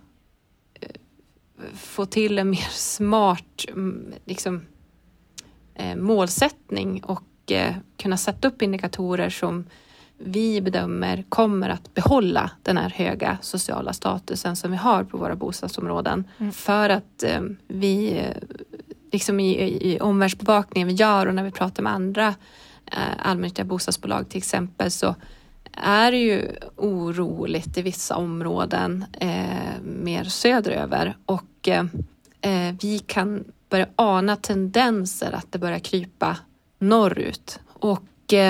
få till en mer smart liksom, målsättning och kunna sätta upp indikatorer som vi bedömer kommer att behålla den här höga sociala statusen som vi har på våra bostadsområden. För att vi liksom i omvärldsbevakningen vi gör och när vi pratar med andra allmännyttiga bostadsbolag till exempel, så är det ju oroligt i vissa områden mer söderöver och vi kan börja ana tendenser att det börjar krypa norrut och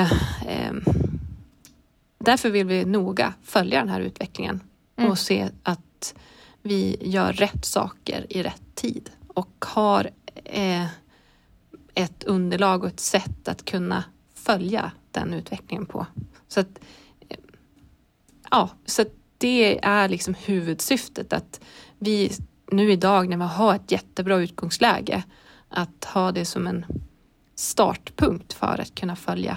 därför vill vi noga följa den här utvecklingen och se att vi gör rätt saker i rätt tid och har ett underlag och ett sätt att kunna följa den utvecklingen på. Så att, så att det är liksom huvudsyftet, att vi nu idag när vi har ett jättebra utgångsläge, att ha det som en startpunkt för att kunna följa.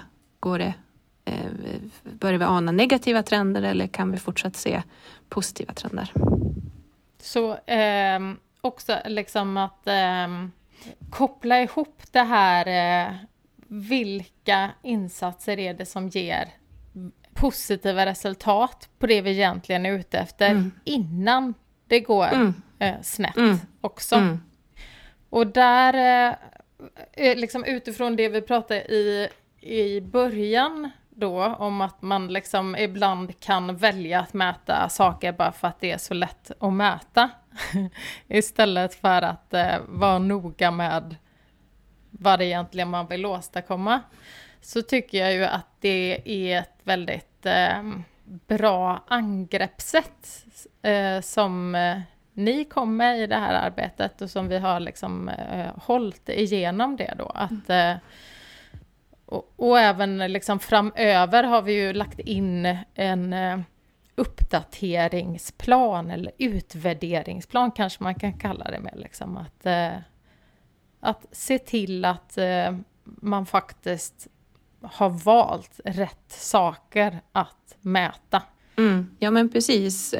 Börjar vi ana negativa trender eller kan vi fortsatt se positiva trender? Så också liksom att koppla ihop det här, vilka insatser är det som ger positiva resultat på det vi egentligen är ute efter innan det går snett också. Och där liksom utifrån det vi pratade i början då om att man liksom ibland kan välja att mäta saker bara för att det är så lätt att mäta istället för att vara noga med vad det egentligen man vill åstadkomma, så tycker jag ju att det är ett väldigt bra angreppssätt som ni kom med i det här arbetet och som vi har liksom hållit igenom det då. Att, och även liksom framöver har vi ju lagt in en uppdateringsplan eller utvärderingsplan kanske man kan kalla det med. Liksom, att se till att man faktiskt har valt rätt saker att mäta. Ja men precis.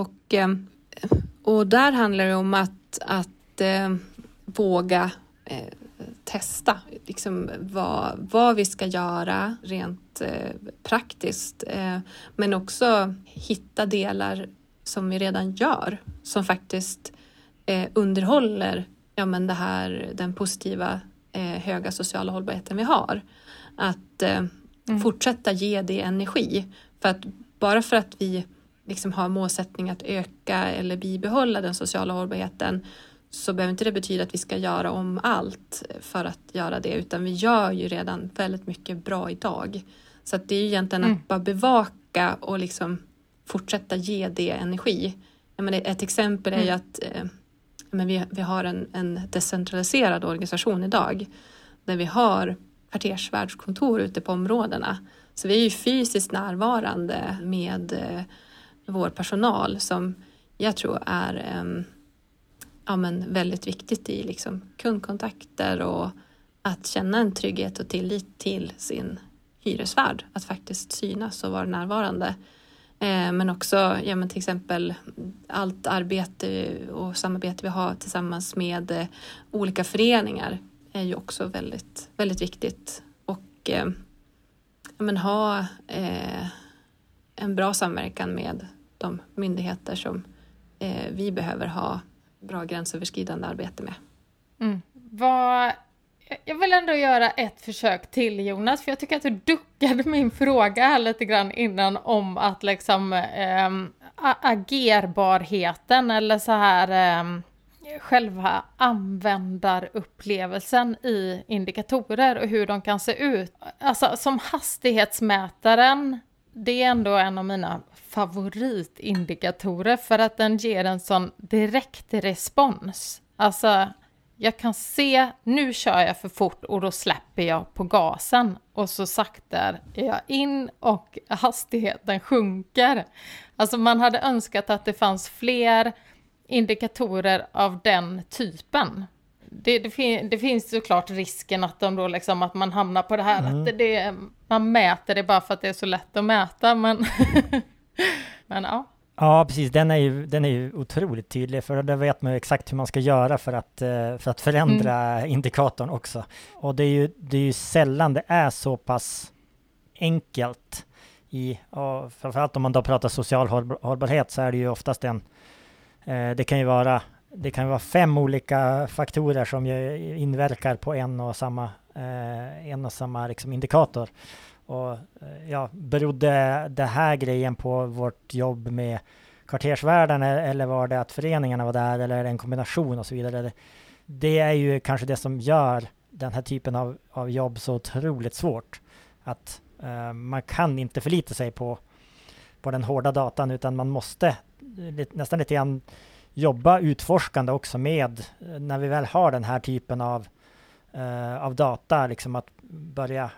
Och där handlar det om att våga testa liksom vad vi ska göra rent praktiskt. Men också hitta delar som vi redan gör som faktiskt underhåller den positiva höga sociala hållbarheten vi har. Att fortsätta ge det energi. Bara för att vi liksom har målsättning att öka eller bibehålla den sociala hållbarheten, så behöver inte det betyda att vi ska göra om allt för att göra det, utan vi gör ju redan väldigt mycket bra idag. Så att det är ju egentligen att bara bevaka och liksom fortsätta ge det energi. Ett exempel är ju att vi har en decentraliserad organisation idag där vi har kvartersvärdskontor ute på områdena. Så vi är ju fysiskt närvarande med vår personal som jag tror är väldigt viktigt i liksom kundkontakter och att känna en trygghet och tillit till sin hyresvärd. Att faktiskt synas och vara närvarande. Men också till exempel allt arbete och samarbete vi har tillsammans med olika föreningar är ju också väldigt, väldigt viktigt. Och ha en bra samverkan med de myndigheter som vi behöver ha bra gränsöverskridande arbete med. Jag vill ändå göra ett försök till, Jonas, för jag tycker att du duckade min fråga här lite grann innan om att liksom agerbarheten eller så här själva användarupplevelsen i indikatorer och hur de kan se ut. Alltså som hastighetsmätaren det är ändå en av mina favoritindikatorer för att den ger en sån direkt respons. Alltså, jag kan se, nu kör jag för fort och då släpper jag på gasen och så sakta är jag in och hastigheten sjunker. Alltså man hade önskat att det fanns fler indikatorer av den typen. Det finns såklart risken att de då liksom, att man hamnar på det här att man mäter det bara för att det är så lätt att mäta, men men ja. Ja, precis. Den är ju otroligt tydlig, för där vet man ju exakt hur man ska göra för att förändra indikatorn också. Och det är ju sällan det är så pass enkelt och framförallt om man då pratar social hållbarhet, så är det ju oftast det kan ju vara 5 olika faktorer som inverkar på en och samma liksom indikator. Och berodde det här grejen på vårt jobb med kvartersvärden, eller var det att föreningarna var där, eller en kombination och så vidare. Det är ju kanske det som gör den här typen av jobb så otroligt svårt. Att man kan inte förlita sig på den hårda datan, utan man måste nästan lite grann jobba utforskande också med, när vi väl har den här typen av data, liksom att börja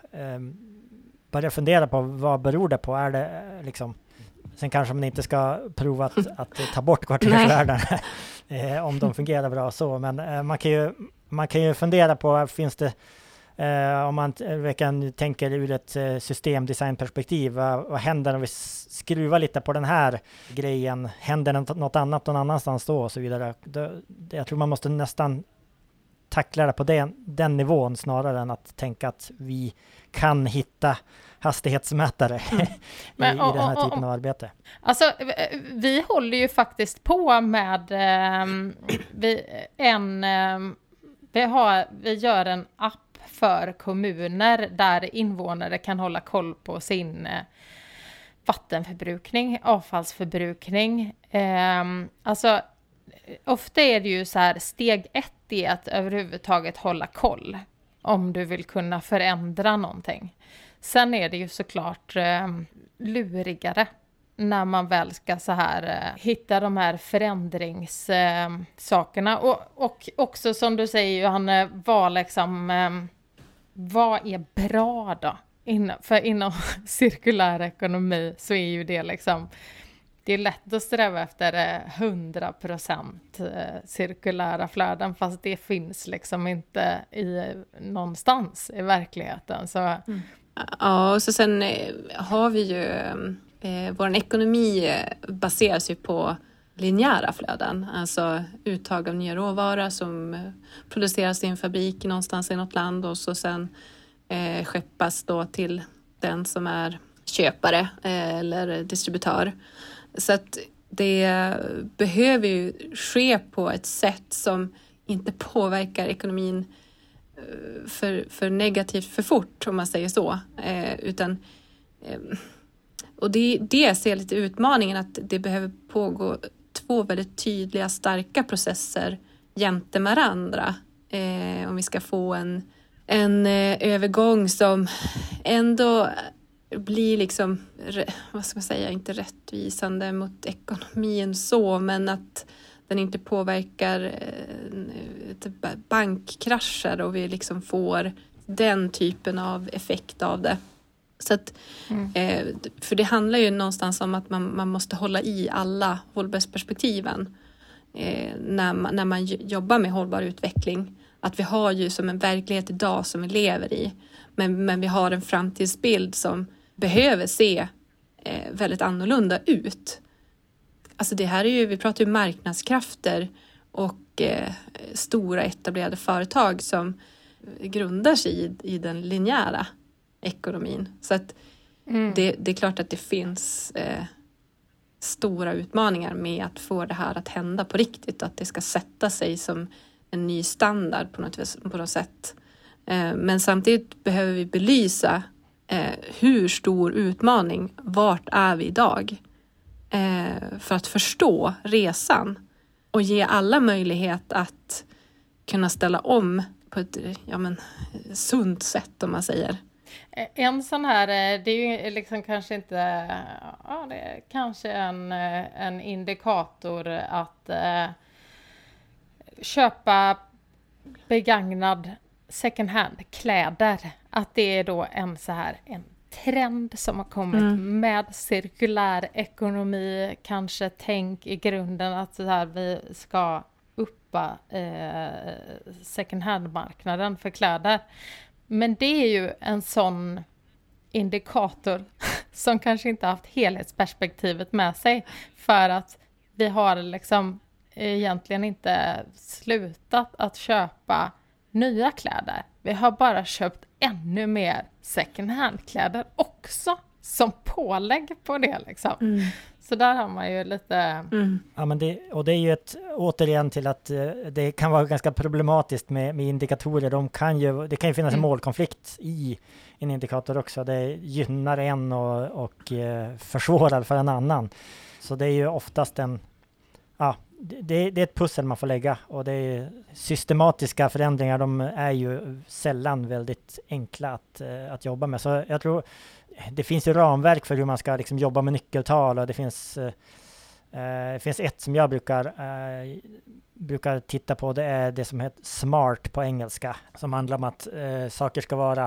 fundera på vad beror det på. Är det liksom, sen kanske man inte ska prova att ta bort kvartersvärden om de fungerar bra så, men man kan ju fundera på, finns det om man tänker ur ett systemdesignperspektiv, vad händer om vi skruvar lite på den här grejen? Händer något annat någon annanstans då och så vidare? Jag tror man måste nästan tackla det på den nivån snarare än att tänka att vi kan hitta hastighetsmätare i den här typen av arbete. Alltså, vi håller ju faktiskt på med vi gör en app för kommuner där invånare kan hålla koll på sin vattenförbrukning, avfallsförbrukning. Alltså, ofta är det ju så här, steg 1 är att överhuvudtaget hålla koll om du vill kunna förändra någonting. Sen är det ju såklart lurigare när man väl ska så här hitta de här förändringssakerna. Och också som du säger, Johanne, vad är bra då? Inom cirkulär ekonomi så är ju det liksom, det är lätt att sträva efter 100% cirkulära flöden, fast det finns liksom inte någonstans i verkligheten. Så. Ja, och så sen har vi ju vår ekonomi baseras ju på linjära flöden, alltså uttag av nya råvaror som produceras i en fabrik någonstans i något land och så sen skeppas då till den som är köpare eller distributör. Så att det behöver ju ske på ett sätt som inte påverkar ekonomin för negativt för fort, om man säger så. Och det ser lite utmaningen, att det behöver pågå 2 väldigt tydliga, starka processer jämte varandra. Om vi ska få en övergång som ändå blir liksom, vad ska man säga, inte rättvisande mot ekonomin så, men att den inte påverkar bankkrascher och vi liksom får den typen av effekt av det. Så att, för det handlar ju någonstans om att man måste hålla i alla hållbarhetsperspektiven när man jobbar med hållbar utveckling. Att vi har ju som en verklighet idag som vi lever i, men vi har en framtidsbild som behöver se väldigt annorlunda ut. Alltså det här är ju, vi pratar ju marknadskrafter och stora etablerade företag som grundar sig i den linjära ekonomin. Så att det är klart att det finns stora utmaningar med att få det här att hända på riktigt. Att det ska sätta sig som en ny standard på något sätt. Men samtidigt behöver vi belysa hur stor utmaning, vart är vi idag? För att förstå resan och ge alla möjlighet att kunna ställa om på ett sunt sätt, om man säger. En sån här, det är ju liksom kanske inte, ja det är kanske en indikator att köpa begagnad second hand kläder. Att det är då en trend som har kommit med cirkulär ekonomi, kanske tänk i grunden att så här, vi ska uppa second hand-marknaden för kläder. Men det är ju en sån indikator som kanske inte haft helhetsperspektivet med sig, för att vi har liksom egentligen inte slutat att köpa nya kläder. Vi har bara köpt ännu mer second hand-kläder också som pålägg på det liksom. Så där har man ju lite... Ja, men det är ju återigen till att det kan vara ganska problematiskt med indikatorer. Det kan ju finnas en målkonflikt i en indikator också. Det gynnar en och försvårar för en annan. Så det är ju oftast det är ett pussel man får lägga, och det är systematiska förändringar, de är ju sällan väldigt enkla att jobba med. Så jag tror det finns ju ramverk för hur man ska liksom jobba med nyckeltal, och det finns ett som jag brukar titta på, det är det som heter SMART på engelska, som handlar om att saker ska vara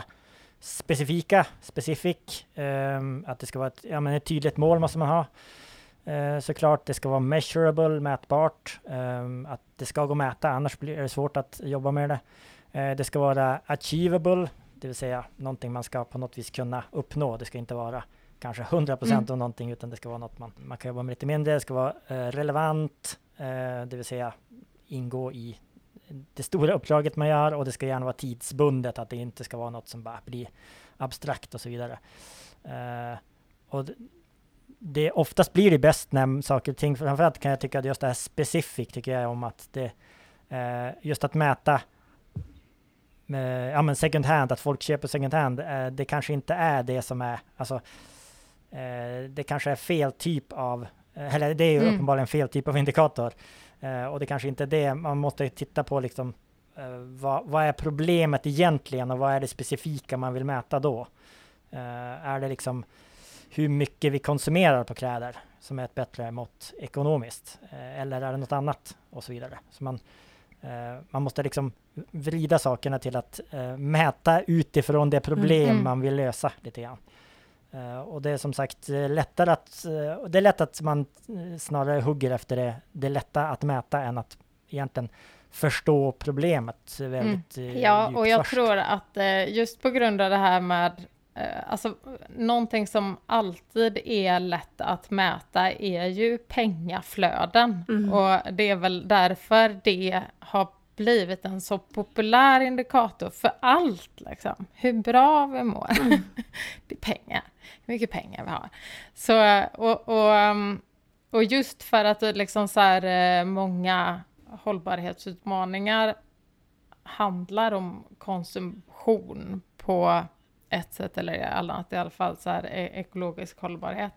specific, att det ska vara ett tydligt mål måste man ha. Såklart, det ska vara measurable, mätbart, att det ska gå att mäta, annars blir det svårt att jobba med det. Det ska vara achievable, det vill säga någonting man ska på något vis kunna uppnå. Det ska inte vara kanske 100% av någonting, utan det ska vara något man kan jobba med lite mindre. Det ska vara relevant, det vill säga ingå i det stora uppdraget man gör, och det ska gärna vara tidsbundet, att det inte ska vara något som bara blir abstrakt och så vidare. Och det oftast blir det bäst när saker och ting, framförallt kan jag tycka att just det här specifikt tycker jag om, att det just att mäta second hand, att folk köper second hand, det kanske inte är det som är, alltså det kanske är fel typ av, eller det är ju uppenbarligen fel typ av indikator, och det kanske inte är det, man måste titta på liksom vad är problemet egentligen, och vad är det specifika man vill mäta då. Är det liksom hur mycket vi konsumerar på kläder som är ett bättre mått ekonomiskt, eller är det något annat, och så vidare. Så man måste liksom vrida sakerna till att mäta utifrån det problem man vill lösa lite grann. Och det är som sagt lättare det är lätt att man snarare hugger efter det är lättare att mäta än att egentligen förstå problemet väldigt djupt och jag först. tror att just på grund av det här med alltså någonting som alltid är lätt att mäta är ju pengaflöden, och det är väl därför det har blivit en så populär indikator för allt liksom. Hur bra vi mår. Det är pengar. Hur mycket pengar vi har. Så och just för att liksom så här många hållbarhetsutmaningar handlar om konsumtion på ett sätt eller annat, i alla fall så här ekologisk hållbarhet,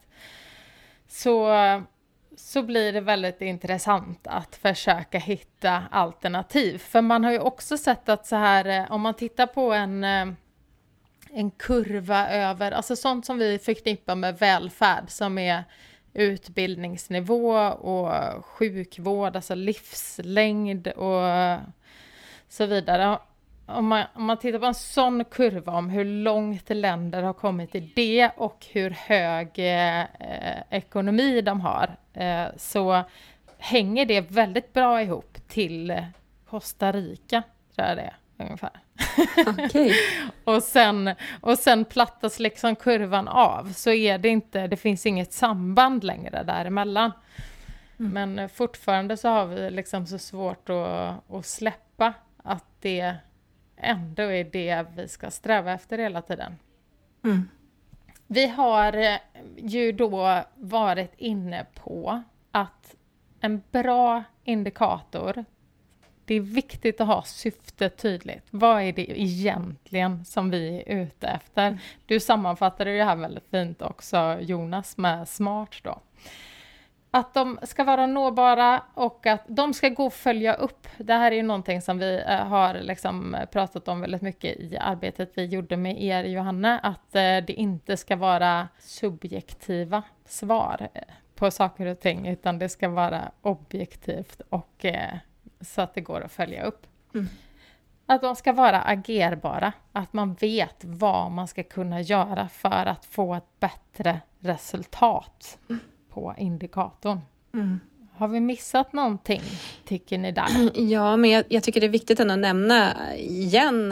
så blir det väldigt intressant att försöka hitta alternativ. För man har ju också sett att så här, om man tittar på en kurva över, alltså sånt som vi förknippar med välfärd, som är utbildningsnivå och sjukvård, alltså livslängd och så vidare. Om man tittar på en sån kurva om hur långt länder har kommit i det och hur hög ekonomi de har, så hänger det väldigt bra ihop till Costa Rica, tror jag det är, ungefär. Okay. och sen plattas liksom kurvan av, så är det finns inget samband längre däremellan. Men fortfarande så har vi liksom så svårt att släppa att det ändå är det vi ska sträva efter hela tiden. Vi har ju då varit inne på att en bra indikator, det är viktigt att ha syftet tydligt. Vad är det egentligen som vi är ute efter? Du sammanfattade det här väldigt fint också, Jonas, med SMART då. att de ska vara nåbara och att de ska gå och följa upp. Det här är ju någonting som vi har liksom pratat om väldigt mycket i arbetet vi gjorde med er, Johanne, att det inte ska vara subjektiva svar på saker och ting, utan det ska vara objektivt och så att det går att följa upp. Att de ska vara agerbara, att man vet vad man ska kunna göra för att få ett bättre resultat på indikatorn. Har vi missat någonting, tycker ni där? Ja, men jag tycker det är viktigt att nämna igen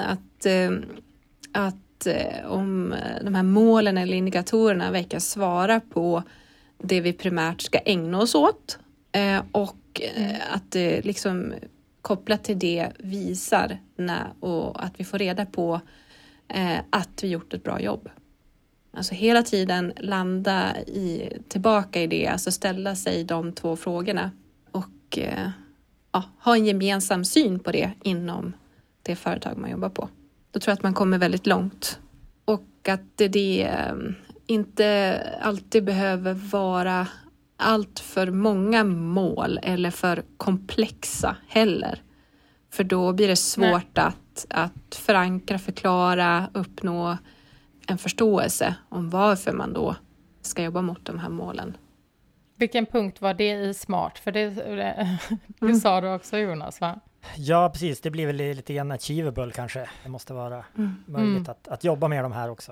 att om de här målen eller indikatorerna verkar svara på det vi primärt ska ägna oss åt och att det liksom kopplat till det visar och att vi får reda på att vi gjort ett bra jobb. Alltså hela tiden landa tillbaka i det, alltså ställa sig de 2 frågorna och ha en gemensam syn på det inom det företag man jobbar på. Då tror jag att man kommer väldigt långt. Och att det inte alltid behöver vara allt för många mål eller för komplexa heller. För då blir det svårt att förankra, förklara, uppnå en förståelse om varför man då ska jobba mot de här målen. Vilken punkt var det i SMART? För det sa du också, Jonas, va? Ja, precis. Det blir väl lite grann achievable kanske. Det måste vara möjligt att jobba med de här också.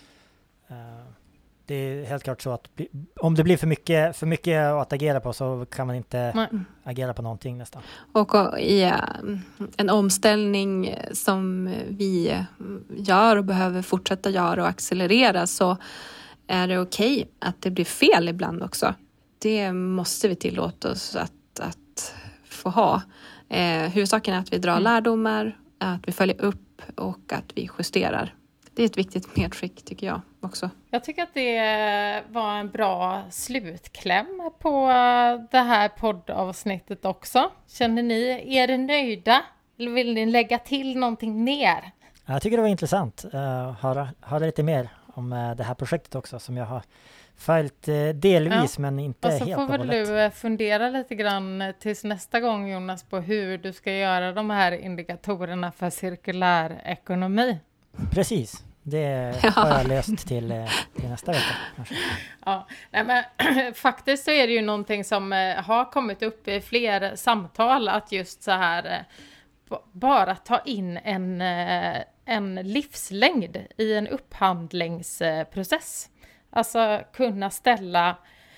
Det är helt klart så att om det blir för mycket att agera på så kan man inte agera på någonting nästan. Och i en omställning som vi gör och behöver fortsätta göra och accelerera, så är det okej att det blir fel ibland också. Det måste vi tillåta oss att få ha. Huvudsaken är att vi drar lärdomar, att vi följer upp och att vi justerar. Det är ett viktigt medskick, tycker jag också. Jag tycker att det var en bra slutkläm på det här poddavsnittet också. Känner ni er nöjda? Eller vill ni lägga till någonting mer? Jag tycker det var intressant att höra lite mer om det här projektet också, som jag har följt delvis men inte helt och hållet. Och så får väl du fundera lite grann tills nästa gång, Jonas, på hur du ska göra de här indikatorerna för cirkulär ekonomi. Precis. Det har jag löst till nästa vecka kanske. Ja, nej, men faktiskt så är det ju någonting som har kommit upp i fler samtal, att just så här bara ta in en livslängd i en upphandlingsprocess. Alltså kunna ställa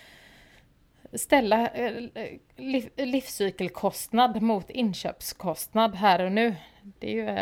livscykelkostnad mot inköpskostnad här och nu. Det är ju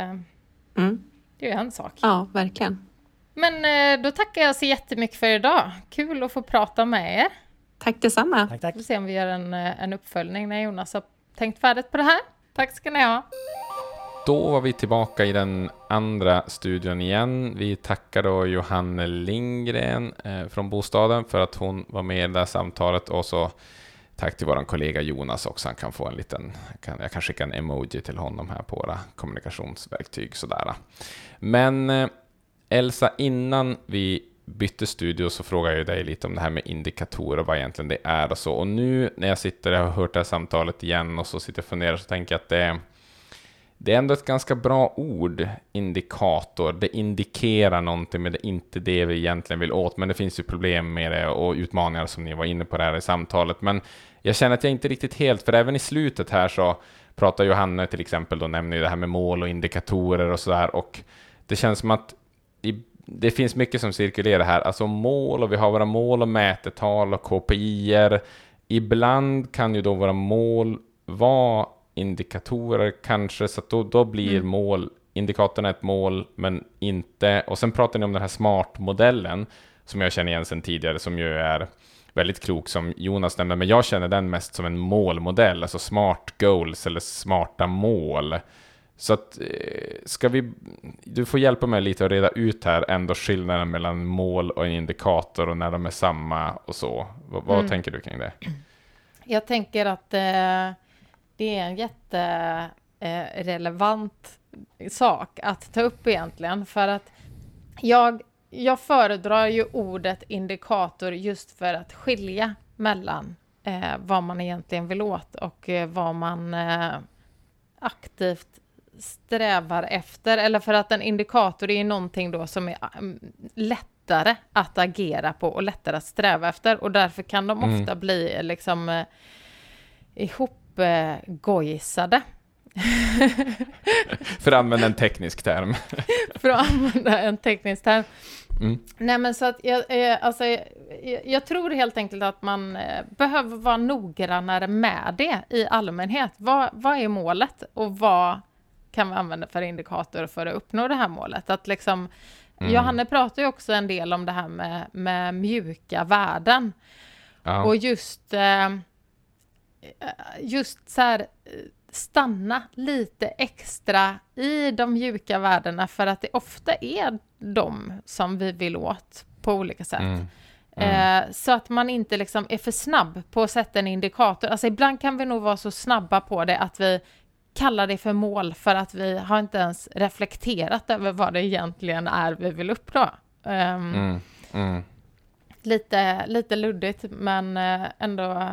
det är en sak. Ja, verkligen. Men då tackar jag så jättemycket för idag. Kul att få prata med er. Tack detsamma. Tack. Vi får se om vi gör en uppföljning när Jonas har tänkt färdigt på det här. Tack ska ni ha. Då var vi tillbaka i den andra studion igen. Vi tackar då Johanne Lindgren från Bostaden för att hon var med i det där samtalet, och så tack till vår kollega Jonas också. Han kan få en liten, jag kan skicka en emoji till honom här på våra kommunikationsverktyg sådär. Men Elsa, innan vi bytte studio så frågade jag dig lite om det här med indikatorer, vad egentligen det är och så. Och nu när jag sitter och har hört det här samtalet igen och så sitter jag och funderar, så tänker jag att det är ändå ett ganska bra ord, indikator. Det indikerar någonting, men det är inte det vi egentligen vill åt. Men det finns ju problem med det och utmaningar som ni var inne på där i samtalet. Men jag känner att jag inte riktigt helt, för även i slutet här så pratar Johanne till exempel, då nämner ju det här med mål och indikatorer och sådär. Och det känns som att det finns mycket som cirkulerar här. Alltså mål, och vi har våra mål och mätetal och KPI:er. Ibland kan ju då våra mål vara indikatorer kanske, så att då blir indikatorerna ett mål men inte. Och sen pratar ni om den här SMART-modellen som jag känner igen sedan tidigare, som ju är väldigt klok, som Jonas nämnde, men jag känner den mest som en målmodell, alltså smart goals eller smarta mål. Så att du får hjälpa mig lite att reda ut här ändå skillnaden mellan mål och en indikator och när de är samma och så. Vad tänker du kring det? Jag tänker att det är en jätterelevant sak att ta upp egentligen, för att jag föredrar ju ordet indikator just för att skilja mellan vad man egentligen vill åt och vad man aktivt strävar efter. Eller för att en indikator är någonting då som är lättare att agera på och lättare att sträva efter. Och därför kan de ofta bli liksom ihopgojsade. För att använda en teknisk term. För att använda en teknisk term. Nej, men så att jag tror helt enkelt att man behöver vara noggrannare med det i allmänhet. Vad är målet och vad kan vi använda för indikatorer för att uppnå det här målet? Att liksom, Johanne pratar ju också en del om det här med mjuka värden. Ja. Och just så här, stanna lite extra i de mjuka värdena, för att det ofta är de som vi vill åt på olika sätt. Så att man inte liksom är för snabb på att sätta en indikator. Alltså ibland kan vi nog vara så snabba på det att vi kallar det för mål för att vi har inte ens reflekterat över vad det egentligen är vi vill uppnå. Lite luddigt, men ändå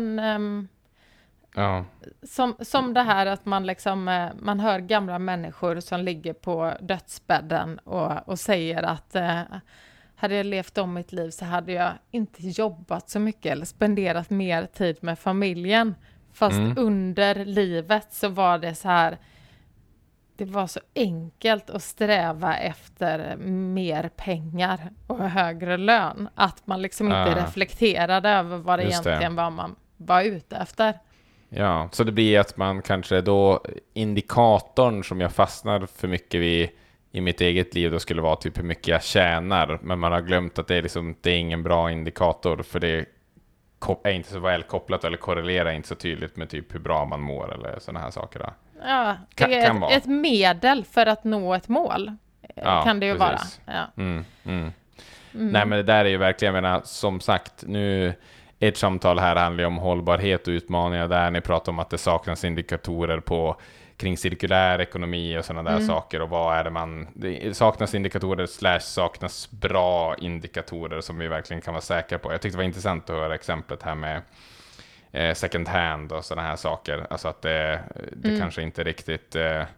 som det här att man liksom man hör gamla människor som ligger på dödsbädden och säger att hade jag levt om mitt liv så hade jag inte jobbat så mycket eller spenderat mer tid med familjen. Fast under livet så var det så här, det var så enkelt att sträva efter mer pengar och högre lön. Att man liksom inte reflekterade över vad det egentligen var man var ute efter. Ja, så det blir att man kanske då, indikatorn som jag fastnar för mycket vid i mitt eget liv då skulle vara typ hur mycket jag tjänar. Men man har glömt att det är liksom, det är ingen bra indikator, för det är inte så väl kopplat eller korrelerar inte så tydligt med typ hur bra man mår eller sådana här saker då. Ja, det är ett medel för att nå ett mål, kan det ju precis vara. Ja. Nej, men det där är ju verkligen, jag menar, som sagt, nu ert samtal här handlar ju om hållbarhet och utmaningar där ni pratar om att det saknas indikatorer kring cirkulär ekonomi och sådana där saker, och vad är det saknas indikatorer / saknas bra indikatorer som vi verkligen kan vara säkra på. Jag tyckte det var intressant att höra exemplet här med second hand och sådana här saker, alltså att det kanske inte riktigt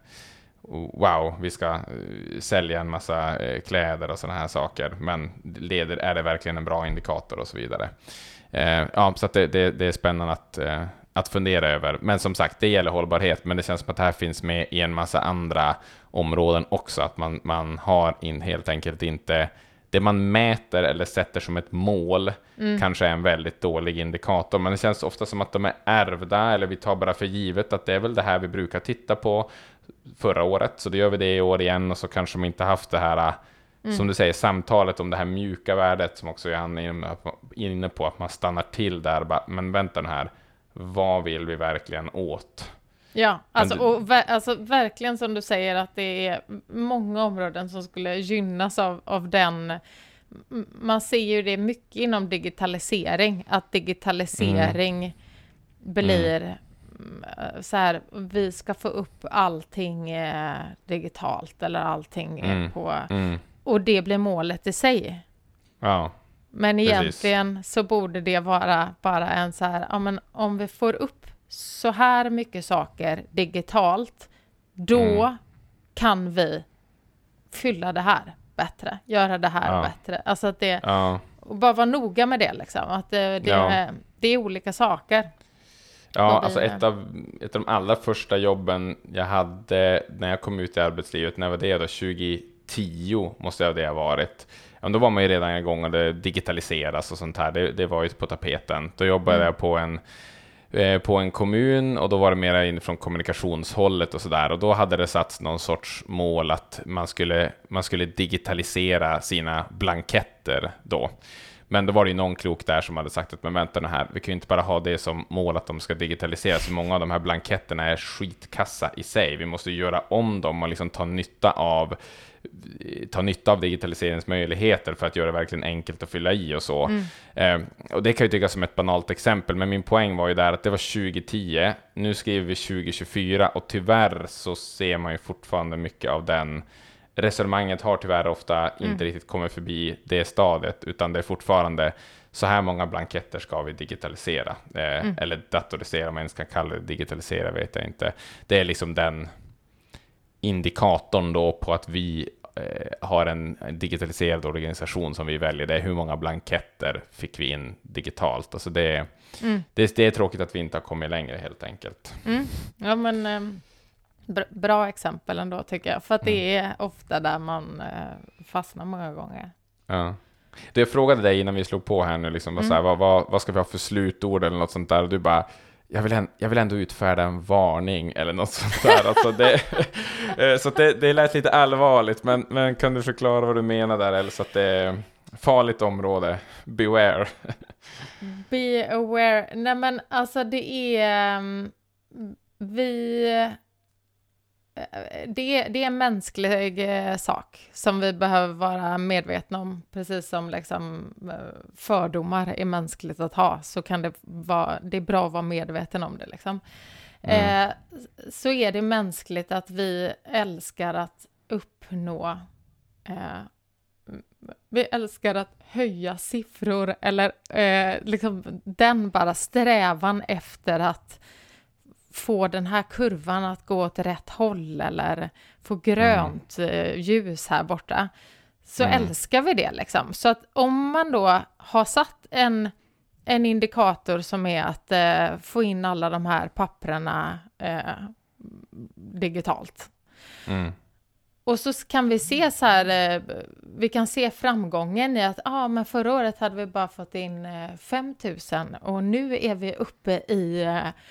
wow, vi ska sälja en massa kläder och sådana här saker, men är det verkligen en bra indikator och så vidare. Så att det är spännande att fundera över. Men som sagt, det gäller hållbarhet, men det känns som att det här finns med i en massa andra områden också, att man har helt enkelt inte det man mäter eller sätter som ett mål kanske är en väldigt dålig indikator, men det känns ofta som att de är ärvda, eller vi tar bara för givet att det är väl det här vi brukar titta på förra året, så då gör vi det i år igen, och så kanske de inte haft det här som du säger, samtalet om det här mjuka värdet som också är inne på, att man stannar till där bara, men vänta nu här, vad vill vi verkligen åt? Ja, alltså, alltså verkligen som du säger, att det är många områden som skulle gynnas av den. Man ser ju det mycket inom digitalisering, att digitalisering blir så här, vi ska få upp allting digitalt eller allting på och det blir målet i sig. Ja. Men egentligen så borde det vara bara en så här, ja, men om vi får upp så här mycket saker digitalt, då kan vi fylla det här bättre, göra det här bättre. Alltså att det, och bara vara noga med det liksom, att det är olika saker. Ja, alltså ett av de allra första jobben jag hade när jag kom ut i arbetslivet, när var det då? 2010 måste det ha varit. Ja, då var man ju redan igång och det digitaliseras och sånt här. Det var ju på tapeten. Då jobbade jag på en kommun, och då var det mer in från kommunikationshållet och sådär. Och då hade det satts någon sorts mål att man skulle digitalisera sina blanketter då. Men då var det ju någon klok där som hade sagt att men vänta nu här, vi kan ju inte bara ha det som mål att de ska digitaliseras. Så många av de här blanketterna är skitkassa i sig. Vi måste göra om dem och liksom ta nytta av digitaliseringsmöjligheter för att göra det verkligen enkelt att fylla i och så. Och det kan ju tyckas som ett banalt exempel, men min poäng var ju där att det var 2010, nu skriver vi 2024, och tyvärr så ser man ju fortfarande mycket av den resonemanget har tyvärr ofta inte riktigt kommit förbi det stadiet, utan det är fortfarande så här många blanketter ska vi digitalisera. Eller datorisera, om man ska kalla det digitalisera, vet jag inte. Det är liksom den indikatorn då på att vi har en digitaliserad organisation som vi väljer. Det är hur många blanketter fick vi in digitalt. Alltså det är tråkigt att vi inte har kommit längre helt enkelt. Ja, men bra exempel ändå tycker jag. För att det är ofta där man fastnar många gånger. Ja. Det jag frågade dig innan vi slog på här nu, liksom, så här, vad ska vi ha för slutord eller något sånt där? Och du bara, jag vill ändå utfärda en varning eller något sånt där. Alltså så det lät lite allvarligt, men kan du förklara vad du menar där? Eller så att det är farligt område. Beware. Be aware. Nej, men alltså det är det är en mänsklig sak som vi behöver vara medvetna om, precis som liksom fördomar är mänskligt att ha, så kan det är bra att vara medveten om det liksom. Så är det mänskligt att vi älskar att uppnå vi älskar att höja siffror eller liksom den bara strävan efter att få den här kurvan att gå åt rätt håll eller få grönt ljus här borta, så älskar vi det liksom. Så att om man då har satt en indikator som är att få in alla de här papperna digitalt. Och så kan vi se så här, vi kan se framgången i att men förra året hade vi bara fått in 5 000 och nu är vi uppe i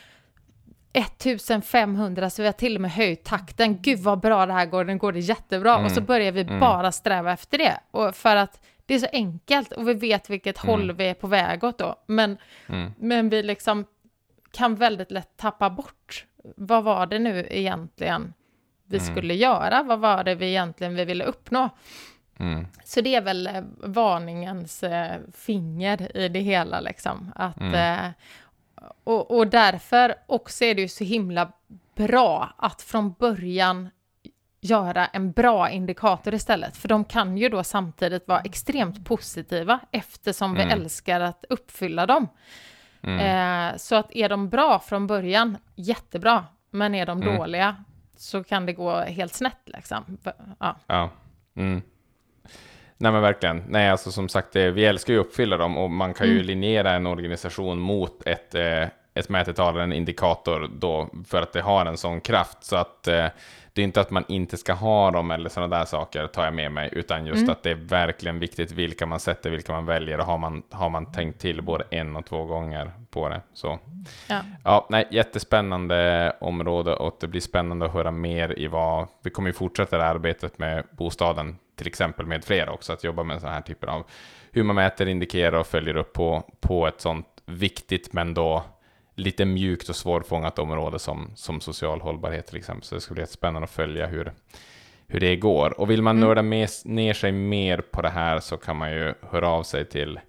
1500, så vi har till och med höjt takten. Gud vad bra det här går, den går det jättebra. Och så börjar vi bara sträva efter det. Och för att det är så enkelt och vi vet vilket håll vi är på väg åt då. Men vi liksom kan väldigt lätt tappa bort. Vad var det nu egentligen vi skulle göra? Vad var det vi egentligen ville uppnå? Så det är väl varningens finger i det hela liksom. Att och därför också är det ju så himla bra att från början göra en bra indikator istället. För de kan ju då samtidigt vara extremt positiva eftersom vi älskar att uppfylla dem. Så att är de bra från början, jättebra. Men är de dåliga så kan det gå helt snett liksom. Ja. Nej men verkligen. Nej, alltså som sagt, vi älskar ju att uppfylla dem och man kan ju linjera en organisation mot ett mätetal, en indikator då, för att det har en sån kraft. Så att det är inte att man inte ska ha dem eller sådana där saker, tar jag med mig, utan just att det är verkligen viktigt vilka man sätter, vilka man väljer, och har man tänkt till både 1 och 2 gånger på det. Så jättespännande område, och det blir spännande att höra mer i vi kommer ju fortsätta det arbetet med bostaden, till exempel med flera också, att jobba med sådana här typer av hur man mäter, indikerar och följer upp på ett sånt viktigt men då lite mjukt och svårfångat område som social hållbarhet till exempel. Så det ska bli spännande att följa hur det går. Och vill man nörda ner sig mer på det här så kan man ju höra av sig till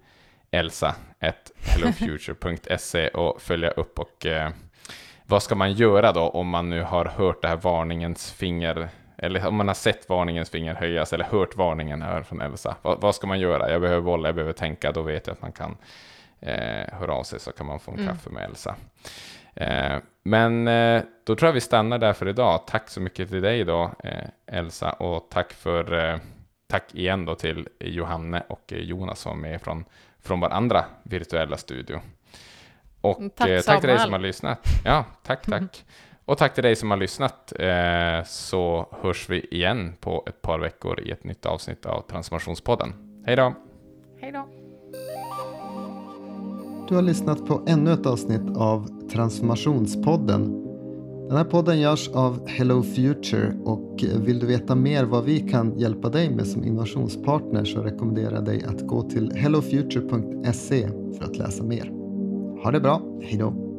elsa@hellofuture.se och följa upp. Och vad ska man göra då om man nu har hört det här varningens finger, eller om man har sett varningens finger höjas eller hört varningen här från Elsa? Vad ska man göra? Jag behöver bolla, jag behöver tänka. Då vet jag att man kan höra av sig, så kan man få en kaffe med Elsa. Men då tror jag vi stannar där för idag. Tack så mycket till dig då, Elsa, och tack igen då till Johanne och Jonas som är från vår andra virtuella studio. Och tack till dig som har lyssnat. Ja, tack. Och tack till dig som har lyssnat, så hörs vi igen på ett par veckor i ett nytt avsnitt av Transformationspodden. Hej då! Hej då! Du har lyssnat på ännu ett avsnitt av Transformationspodden. Den här podden görs av Hello Future, och vill du veta mer vad vi kan hjälpa dig med som innovationspartner så rekommenderar jag dig att gå till hellofuture.se för att läsa mer. Ha det bra, hej då!